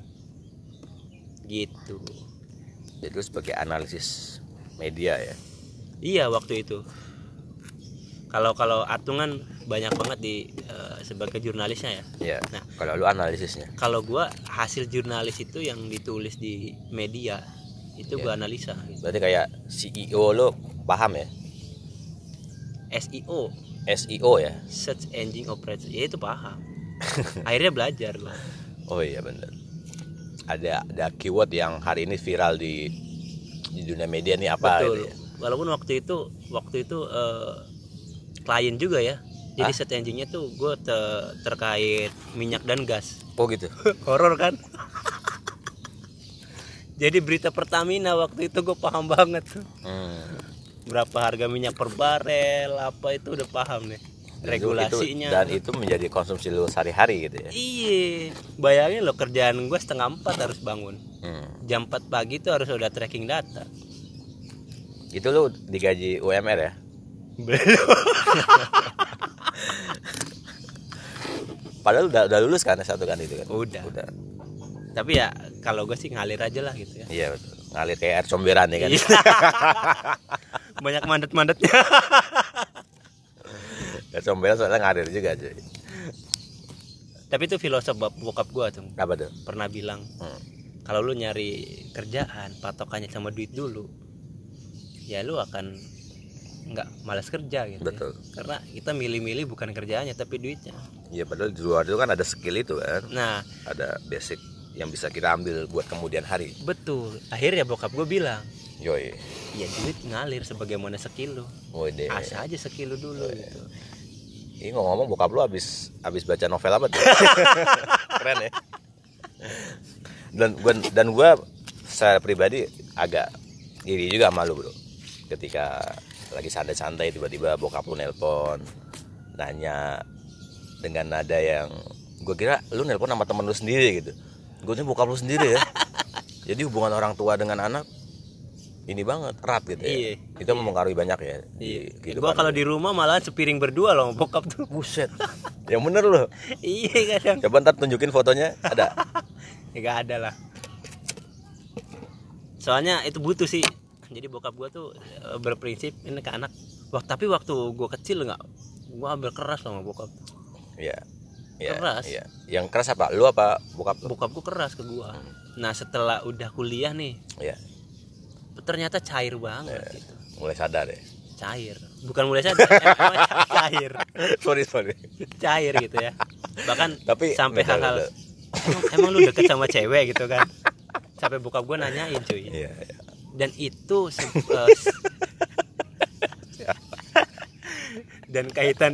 S2: gitu.
S1: Jadi lu sebagai analisis media ya?
S2: Iya, waktu itu. Kalau Atungan banyak banget sebagai jurnalisnya ya.
S1: Iya.
S2: Nah,
S1: kalau lu analisisnya?
S2: Kalau gua hasil jurnalis itu yang ditulis di media itu gua analisa gitu.
S1: Berarti kayak CEO lu paham ya? SEO ya?
S2: Search Engine Operator. Ya itu paham. Akhirnya belajar gua.
S1: Oh iya benar. Ada keyword yang hari ini viral di dunia media nih apa?
S2: Betul.
S1: Gitu ya?
S2: Walaupun waktu itu klien juga ya. Jadi search engine-nya tuh gue terkait minyak dan gas.
S1: Oh gitu.
S2: Horor kan? Jadi berita Pertamina waktu itu gue paham banget tuh. Berapa harga minyak per barel, apa itu udah paham nih. Regulasinya.
S1: Dan itu menjadi konsumsi lu sehari-hari gitu ya?
S2: Iya. Bayangin lo, kerjaan gue 3:30 harus bangun. Jam 4 pagi tuh harus udah tracking data.
S1: Itu lu digaji UMR ya?
S2: Belum.
S1: Padahal udah lulus kan S1 kan itu kan?
S2: Udah. Tapi ya kalau gue sih ngalir aja lah gitu ya.
S1: Iya betul. Ngalir kayak air comberan ya kan?
S2: Banyak mandet-mandetnya.
S1: Air comberan soalnya ngalir juga cuy.
S2: Tapi itu filosofi bokap gue tuh.
S1: Apa tuh?
S2: Pernah bilang kalau lu nyari kerjaan patokannya sama duit dulu, ya lu akan nggak malas kerja gitu.
S1: Betul.
S2: Ya. Karena kita milih-milih bukan kerjaannya tapi duitnya.
S1: Iya, padahal di luar itu kan ada skill itu kan.
S2: Nah,
S1: ada basic yang bisa kita ambil buat kemudian hari.
S2: Betul. Akhirnya bokap gue bilang,
S1: yoi,
S2: ya duit ngalir sebagaimana skill lu. Asa aja skill lu dulu gitu.
S1: Ini ngomong bokap lu habis baca novel apa tuh? Keren ya. Dan gue secara pribadi agak iri juga sama lu bro. ketika lagi santai-santai tiba-tiba bokap lu nelpon nanya dengan nada yang gue kira lu nelpon sama temen lu sendiri gitu, gue nih bokap lu sendiri ya. Jadi hubungan orang tua dengan anak ini banget erat gitu ya.
S2: Iya.
S1: Itu mempengaruhi banyak ya
S2: Iya.
S1: di
S2: Gua kalau di rumah malah sepiring berdua loh sama bokap tuh.
S1: buset. Yang bener loh.
S2: Iya kadang.
S1: Coba ntar tunjukin fotonya, ada.
S2: Nggak ada lah. Soalnya itu butuh sih. Jadi bokap gua tuh berprinsip ini ke anak. Tapi waktu gua kecil gua ambil keras sama bokap.
S1: Iya. Ya,
S2: Keras.
S1: ya. Yang keras apa? Lu apa bokap lu?
S2: Bokap gua keras ke gua. Nah setelah udah kuliah nih,
S1: Iya.
S2: ternyata cair banget gitu.
S1: Mulai sadar ya.
S2: Cair. Bukan mulai sadar, emang cair.
S1: sorry.
S2: Cair gitu ya. Bahkan
S1: Tapi
S2: sampai hal-hal emang lu deket sama cewek gitu kan. Sampai bokap gua nanyain cuy.
S1: Iya.
S2: Dan itu dan kaitan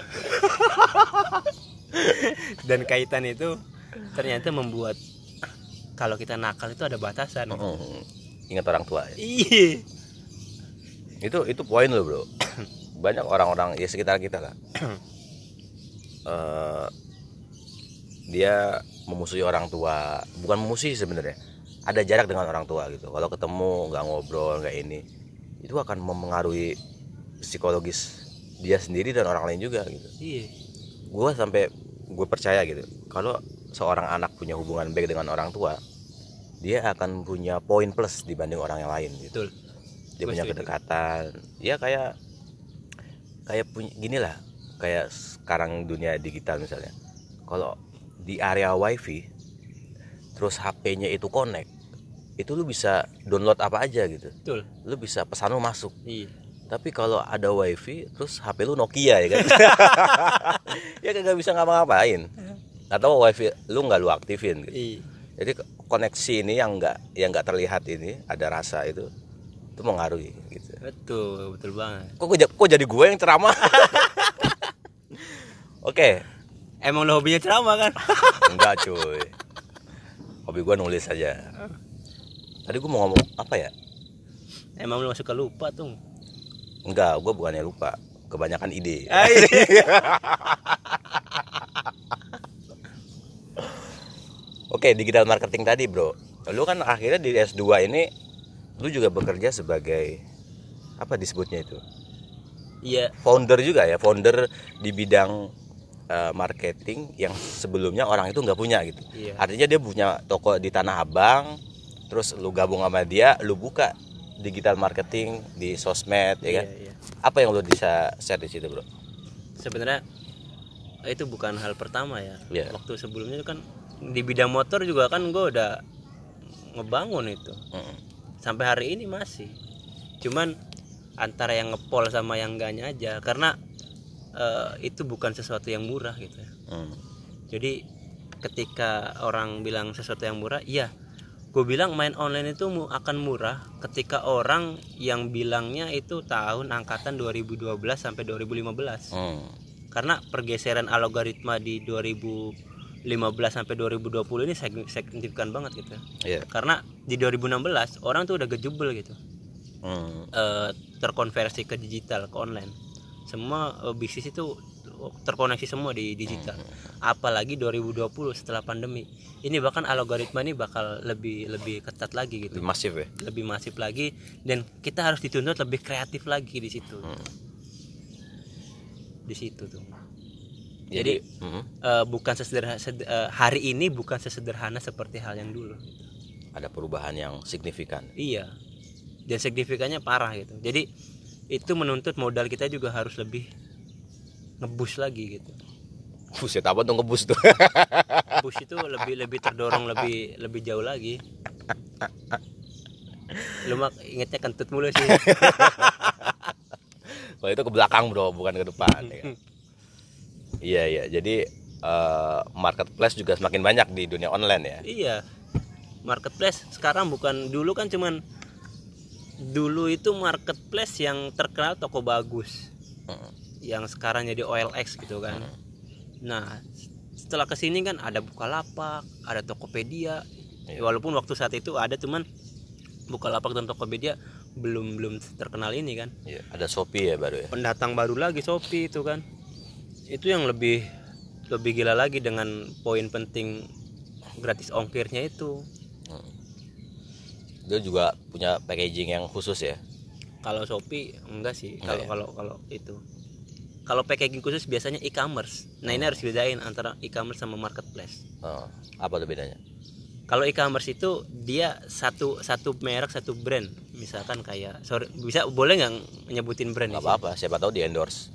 S2: itu ternyata membuat kalau kita nakal itu ada batasan.
S1: Ingat orang tua ya.
S2: Iya.
S1: Itu poin lo bro. Banyak orang-orang ya sekitar kita lah. Dia memusuhi orang tua. Bukan memusuhi sebenarnya. Ada jarak dengan orang tua gitu. Kalau ketemu nggak ngobrol nggak ini, itu akan mempengaruhi psikologis dia sendiri dan orang lain juga gitu.
S2: Iya.
S1: Gue percaya gitu. Kalau seorang anak punya hubungan baik dengan orang tua, dia akan punya poin plus dibanding orang yang lain gitu.
S2: Betul.
S1: Dia punya kedekatan. Ya kayak punya gini lah. Kayak sekarang dunia digital misalnya. Kalau di area wifi terus HP-nya itu connect, itu lu bisa download apa aja gitu.
S2: Betul.
S1: Lu bisa pesan lu masuk.
S2: Iya.
S1: Tapi kalau ada wifi terus HP lu Nokia ya kan. Ya kagak bisa ngapa-ngapain. Atau wifi lu nggak lu aktifin gitu.
S2: Iya.
S1: Jadi koneksi ini yang nggak terlihat ini ada rasa itu mengaruhi gitu.
S2: Betul banget.
S1: Kok jadi gue yang ceramah? Oke.
S2: Emang lo hobinya ceramah kan?
S1: Enggak cuy. Hobi gue nulis aja. Tadi gue mau ngomong apa ya?
S2: Emang lo suka lupa tuh?
S1: Enggak, gue bukannya lupa. Kebanyakan ide. Oke, digital marketing tadi bro. Lu kan akhirnya di S2 ini lu juga bekerja sebagai apa disebutnya itu?
S2: Iya.
S1: Founder juga ya, founder di bidang marketing yang sebelumnya orang itu nggak punya gitu.
S2: Iya.
S1: Artinya dia punya toko di Tanah Abang, terus lu gabung sama dia, lu buka digital marketing di sosmed ya kan?
S2: Iya.
S1: Apa yang lu bisa share di situ bro?
S2: Sebenarnya itu bukan hal pertama ya.
S1: Iya.
S2: Waktu sebelumnya kan di bidang motor juga kan gue udah ngebangun itu. Sampai hari ini masih. Cuman antara yang ngepol sama yang enggaknya aja, karena itu bukan sesuatu yang murah gitu ya. Jadi ketika orang bilang sesuatu yang murah, iya, gue bilang main online itu akan murah ketika orang yang bilangnya itu tahun angkatan 2012 sampai 2015. Karena pergeseran algoritma di 2015 sampai 2020 ini signifikan banget gitu.
S1: Yeah.
S2: Karena di 2016 orang tuh udah gejubel gitu. Terkonversi ke digital, ke online. Semua bisnis itu terkoneksi semua di digital. Apalagi 2020 setelah pandemi. Ini bahkan algoritma ini bakal lebih ketat lagi gitu.
S1: Lebih masif ya.
S2: Lebih masif lagi dan kita harus dituntut lebih kreatif lagi di situ. Di situ tuh. Jadi bukan hari ini bukan sesederhana seperti hal yang dulu.
S1: Ada perubahan yang signifikan.
S2: Iya. Dan signifikannya parah gitu. Jadi itu menuntut modal kita juga harus lebih ngebus lagi gitu.
S1: Buset, apa tuh ngebus tuh?
S2: Push itu lebih terdorong lebih jauh lagi. Lu mah ingetnya kentut mulu sih.
S1: Kalau itu ke belakang bro, bukan ke depan. Ya kan? Iya. Jadi marketplace juga semakin banyak di dunia online ya.
S2: Iya. Marketplace sekarang bukan dulu kan cuman dulu itu marketplace yang terkenal toko bagus. Yang sekarang jadi OLX gitu kan. Nah, setelah kesini kan ada Bukalapak, ada Tokopedia. Walaupun waktu saat itu ada cuman Bukalapak dan Tokopedia belum terkenal ini kan.
S1: Iya, ada Shopee ya baru ya.
S2: Pendatang baru lagi Shopee itu kan. Itu yang lebih gila lagi dengan poin penting gratis ongkirnya itu.
S1: Dia juga punya packaging yang khusus ya.
S2: Kalau Shopee enggak sih.
S1: Enggak
S2: Kalau itu. Kalau packaging khusus biasanya e-commerce. Nah, ini harus bedain antara e-commerce sama marketplace.
S1: Apa tuh bedanya?
S2: Kalau e-commerce itu dia satu merek, satu brand. Misalkan kayak boleh nggak nyebutin brand?
S1: Nggak apa-apa, siapa tahu di endorse.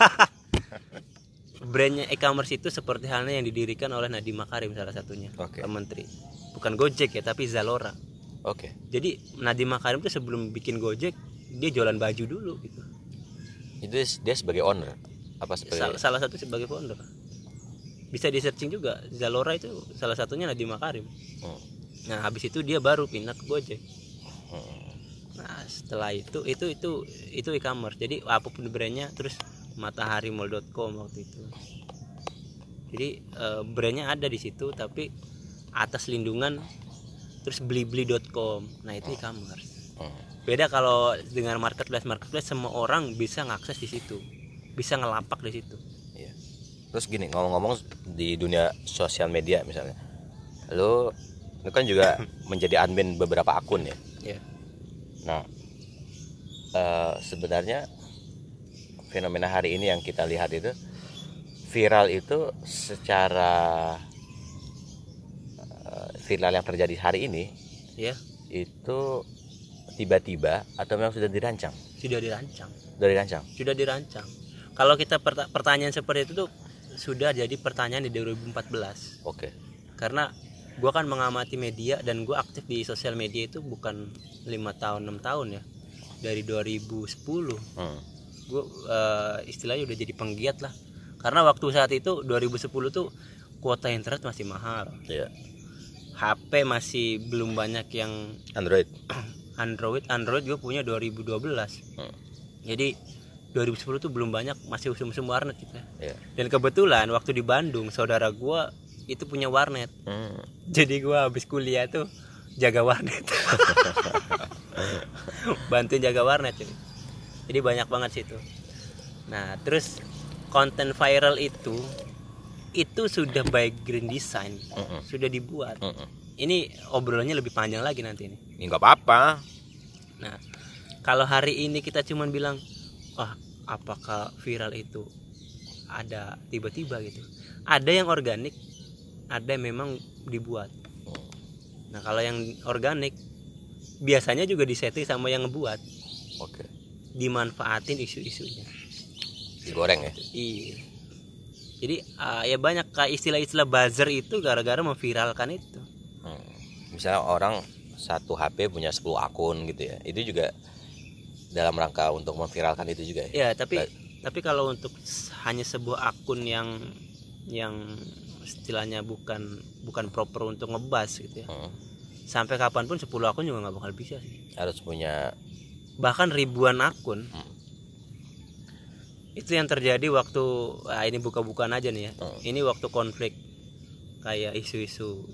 S2: Brandnya e-commerce itu seperti halnya yang didirikan oleh Nadiem Makarim salah satunya, Menteri. Bukan Gojek ya, tapi Zalora. Jadi Nadiem Makarim itu sebelum bikin Gojek dia jualan baju dulu gitu.
S1: Itu dia sebagai owner apa sebagai
S2: salah satu sebagai founder. Bisa di searching juga, Zalora itu salah satunya Nadiem Makarim. Nah habis itu dia baru pindah ke Gojek. Nah setelah itu e-commerce. Jadi apapun brandnya, terus mataharimall.com waktu itu. Jadi brandnya ada di situ tapi atas lindungan, terus blibli.com. Nah itu e-commerce. Beda kalau dengan marketplace semua orang bisa ngakses di situ, bisa ngelapak di situ.
S1: Iya. Terus gini, ngomong-ngomong di dunia sosial media misalnya, lu kan juga menjadi admin beberapa akun ya.
S2: Iya.
S1: Nah, sebenarnya fenomena hari ini yang kita lihat itu viral itu secara viral yang terjadi hari ini,
S2: ya,
S1: itu tiba-tiba atau memang sudah dirancang?
S2: Sudah dirancang.
S1: Sudah dirancang.
S2: Kalau kita pertanyaan seperti itu tuh sudah jadi pertanyaan di 2014. Karena gue kan mengamati media dan gue aktif di sosial media itu bukan 5 tahun 6 tahun ya, dari 2010. Gue istilahnya udah jadi penggiat lah. Karena waktu saat itu 2010 tuh kuota internet masih mahal. HP masih belum banyak yang Android gue punya 2012. Jadi 2010 tuh belum banyak, masih musim warnet gitu. Dan kebetulan waktu di Bandung saudara gue itu punya warnet. Jadi gue habis kuliah tuh jaga warnet. Bantuin jaga warnet ini. Jadi banyak banget situ. Nah terus konten viral itu sudah by Green Design, sudah dibuat. Ini obrolannya lebih panjang lagi nanti ini.
S1: Nggak apa-apa.
S2: Nah, kalau hari ini kita cuman bilang, apakah viral itu ada tiba-tiba gitu? Ada yang organik, ada yang memang dibuat. Nah, kalau yang organik biasanya juga disetting sama yang ngebuat. Dimanfaatin isu-isunya.
S1: Digoreng ya?
S2: Iya. Jadi ya banyak kayak istilah-istilah buzzer itu gara-gara memviralkan itu.
S1: Misalnya orang satu HP punya 10 akun gitu ya, itu juga dalam rangka untuk memviralkan itu juga ya.
S2: Tapi kalau untuk hanya sebuah akun yang istilahnya bukan proper untuk ngebahas gitu ya. Sampai kapanpun 10 akun juga nggak bakal bisa sih.
S1: Harus punya
S2: bahkan ribuan akun. Itu yang terjadi waktu ini buka-bukaan aja nih ya. Ini waktu konflik kayak isu-isu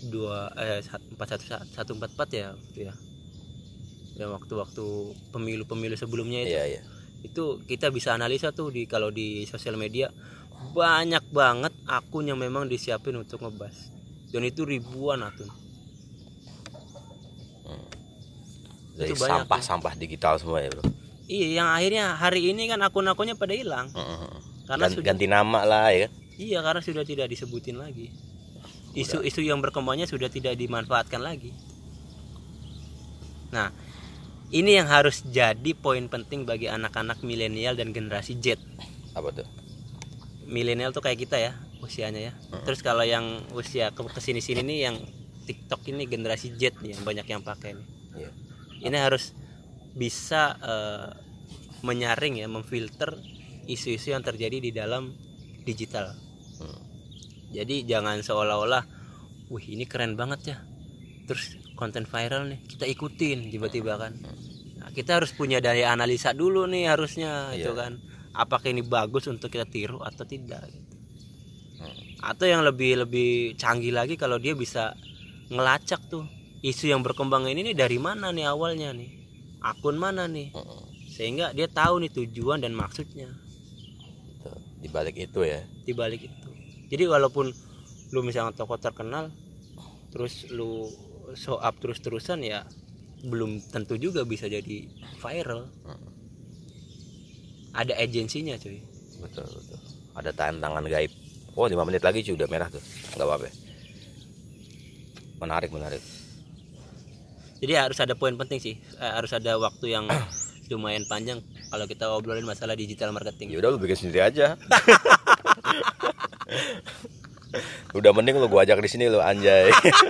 S2: 144 ya gitu ya. Dan waktu pemilu sebelumnya itu. Itu kita bisa analisa tuh kalau di sosial media banyak banget akun yang memang disiapin untuk ngebahas. Dan itu ribuan akun.
S1: Dari sampah digital semua ya, Bro.
S2: Iya, yang akhirnya hari ini kan akun-akunnya pada hilang.
S1: Karena ganti nama lah ya.
S2: Iya, karena sudah tidak disebutin lagi. Isu-isu yang berkembangnya sudah tidak dimanfaatkan lagi. Nah, ini yang harus jadi poin penting bagi anak-anak milenial dan generasi Z.
S1: Apa tuh?
S2: Milenial tuh kayak kita ya, usianya ya. Terus kalau yang usia kesini-sini nih, yang TikTok ini generasi Z nih, yang banyak yang pakai nih. Ini harus bisa menyaring ya, memfilter isu-isu yang terjadi di dalam digital. Jadi jangan seolah-olah, wih ini keren banget ya, terus konten viral nih kita ikutin tiba-tiba kan. Nah, kita harus punya daya analisa dulu nih harusnya itu kan, apakah ini bagus untuk kita tiru atau tidak gitu. Atau yang lebih canggih lagi, kalau dia bisa ngelacak tuh isu yang berkembang ini nih dari mana nih awalnya nih, akun mana nih, sehingga dia tahu nih tujuan dan maksudnya
S1: di balik itu ya.
S2: Di balik itu. Jadi walaupun lu misalnya tokoh terkenal terus lu show up terus-terusan, ya belum tentu juga bisa jadi viral. Ada agensinya cuy.
S1: Betul. Ada tantangan gaib. Oh 5 menit lagi cuy, udah merah tuh. Nggak apa-apa. Menarik.
S2: Jadi harus ada poin penting sih. Harus ada waktu yang lumayan panjang kalau kita obrolin masalah digital marketing.
S1: Ya udah lu bikin sendiri aja. Udah mending lu gua ajak di sini lu, anjay.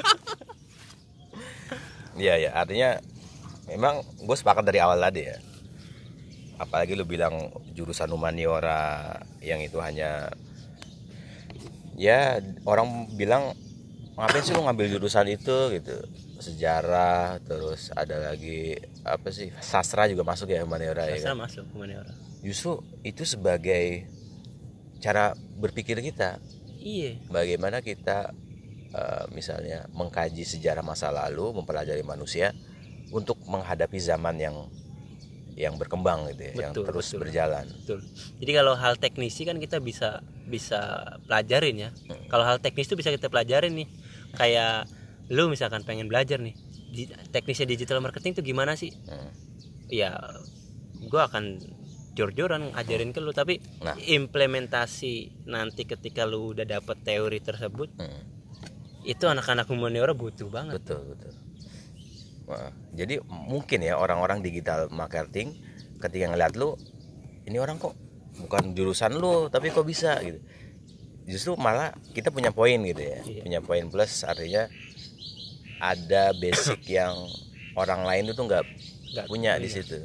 S1: Iya, artinya memang gue sepakat dari awal tadi ya. Apalagi lu bilang jurusan humaniora yang itu hanya, ya orang bilang ngapain sih lu ngambil jurusan itu gitu. Sejarah, terus ada lagi apa sih, sastra juga masuk ya humaniora.
S2: Sastra
S1: ya kan?
S2: Masuk humaniora.
S1: Justru itu sebagai cara berpikir kita.
S2: Iya.
S1: Bagaimana kita misalnya mengkaji sejarah masa lalu, mempelajari manusia untuk menghadapi zaman yang berkembang gitu ya, yang terus berjalan.
S2: Betul. Jadi kalau hal teknisi kan kita bisa pelajarin ya. Kalau hal teknis itu bisa kita pelajarin nih. Kayak lu misalkan pengen belajar nih, teknisnya digital marketing itu gimana sih? Ya gua akan jor-joran ngajarin ke lu, tapi implementasi nanti ketika lu udah dapet teori tersebut, itu anak-anak humaniora butuh banget.
S1: Betul. Nah, jadi mungkin ya orang-orang digital marketing ketika ngeliat lu, ini orang kok bukan jurusan lu tapi kok bisa gitu. Justru malah kita punya poin gitu ya. Iya. Punya poin plus, artinya ada basic yang orang lain itu nggak punya di situ.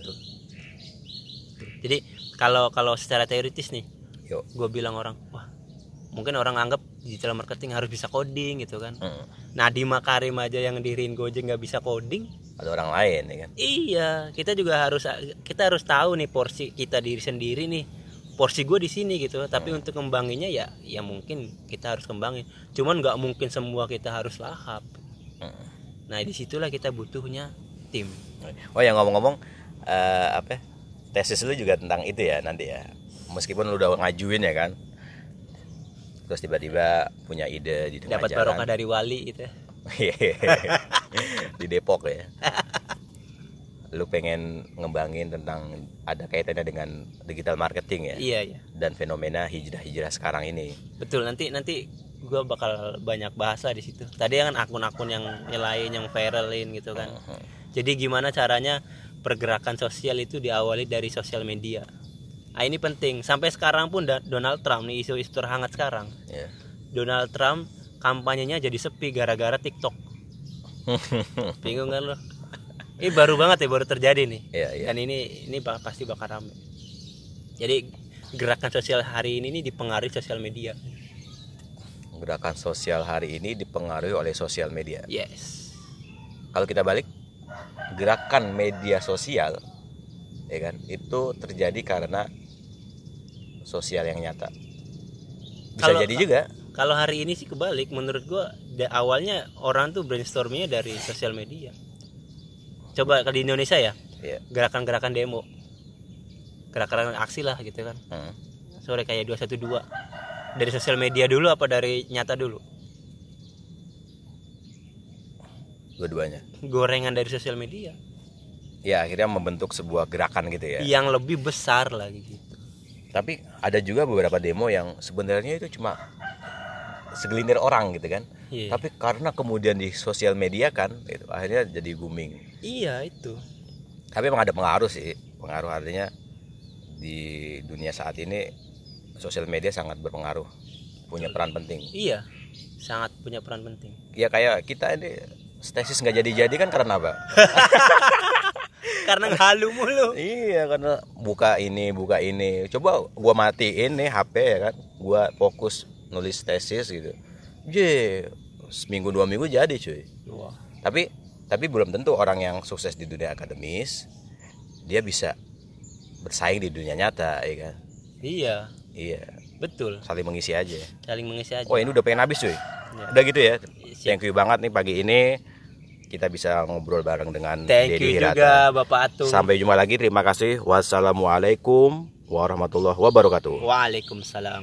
S2: Jadi kalau secara teoritis nih, gue bilang orang, wah mungkin orang anggap digital marketing harus bisa coding gitu kan. Nadiem Makarim aja yang diriin Gojek nggak bisa coding.
S1: Ada orang lain ya kan.
S2: Iya, kita harus tahu nih porsi kita diri sendiri nih. Porsi gue di sini gitu. Tapi untuk kembanginnya ya mungkin kita harus kembangin. Cuman nggak mungkin semua kita harus lahap. Nah disitulah kita butuhnya tim.
S1: Oh ya, ngomong-ngomong tesis lu juga tentang itu ya nanti ya. Meskipun lu udah ngajuin ya kan, terus tiba-tiba punya ide di tengah
S2: dapat
S1: jalan.
S2: barokah dari wali gitu.
S1: Di Depok ya. Lu pengen ngembangin tentang ada kaitannya dengan digital marketing ya.
S2: Iya.
S1: Dan fenomena hijrah sekarang ini.
S2: Betul, nanti gue bakal banyak bahasa di situ. Tadi kan akun-akun yang nyelain, yang viralin gitu kan. Jadi gimana caranya pergerakan sosial itu diawali dari sosial media. Nah, ini penting. Sampai sekarang pun Donald Trump nih, isu terhangat sekarang. Donald Trump kampanyenya jadi sepi gara-gara TikTok. Bingung kan lo? Ini baru banget ya, baru terjadi nih. Dan ini pasti bakal rame. Jadi gerakan sosial hari ini dipengaruhi sosial media.
S1: Gerakan sosial hari ini dipengaruhi oleh sosial media.
S2: Yes. Kalau
S1: kita balik, gerakan media sosial ya kan, itu terjadi karena sosial yang nyata. Bisa jadi juga.
S2: Kalau hari ini sih kebalik, menurut gua awalnya orang tuh brainstormingnya dari sosial media. Coba kalau di Indonesia ya, gerakan-gerakan demo, gerakan aksi lah gitu kan. Sore kayak 212 dari sosial media dulu apa dari nyata dulu?
S1: Dua-duanya.
S2: Gorengan dari sosial media.
S1: Ya akhirnya membentuk sebuah gerakan gitu ya.
S2: Yang lebih besar lagi gitu.
S1: Tapi ada juga beberapa demo yang sebenarnya itu cuma segelintir orang gitu kan. Tapi karena kemudian di sosial media kan, itu akhirnya jadi booming.
S2: Iya itu.
S1: Tapi emang ada pengaruh sih. Pengaruh artinya di dunia saat ini sosial media sangat berpengaruh, punya peran penting.
S2: Iya, sangat punya peran penting.
S1: Ya kayak kita ini tesis nggak jadi kan karena apa?
S2: Karena halu mulu.
S1: Iya, karena buka ini. Coba gua matiin nih HP ya kan, gua fokus nulis tesis gitu. Seminggu 2 minggu jadi cuy.
S2: Wah.
S1: Tapi belum tentu orang yang sukses di dunia akademis dia bisa bersaing di dunia nyata, ya kan? Iya. Betul. Saling mengisi aja. Oh, ini udah pengen habis cuy. Udah gitu ya. Thank you banget nih pagi ini. kita bisa ngobrol bareng dengan
S2: Thank
S1: Dedi
S2: you
S1: Hirata.
S2: juga Bapak Atung.
S1: Sampai jumpa lagi, terima kasih. Wassalamualaikum warahmatullahi wabarakatuh.
S2: Waalaikumsalam.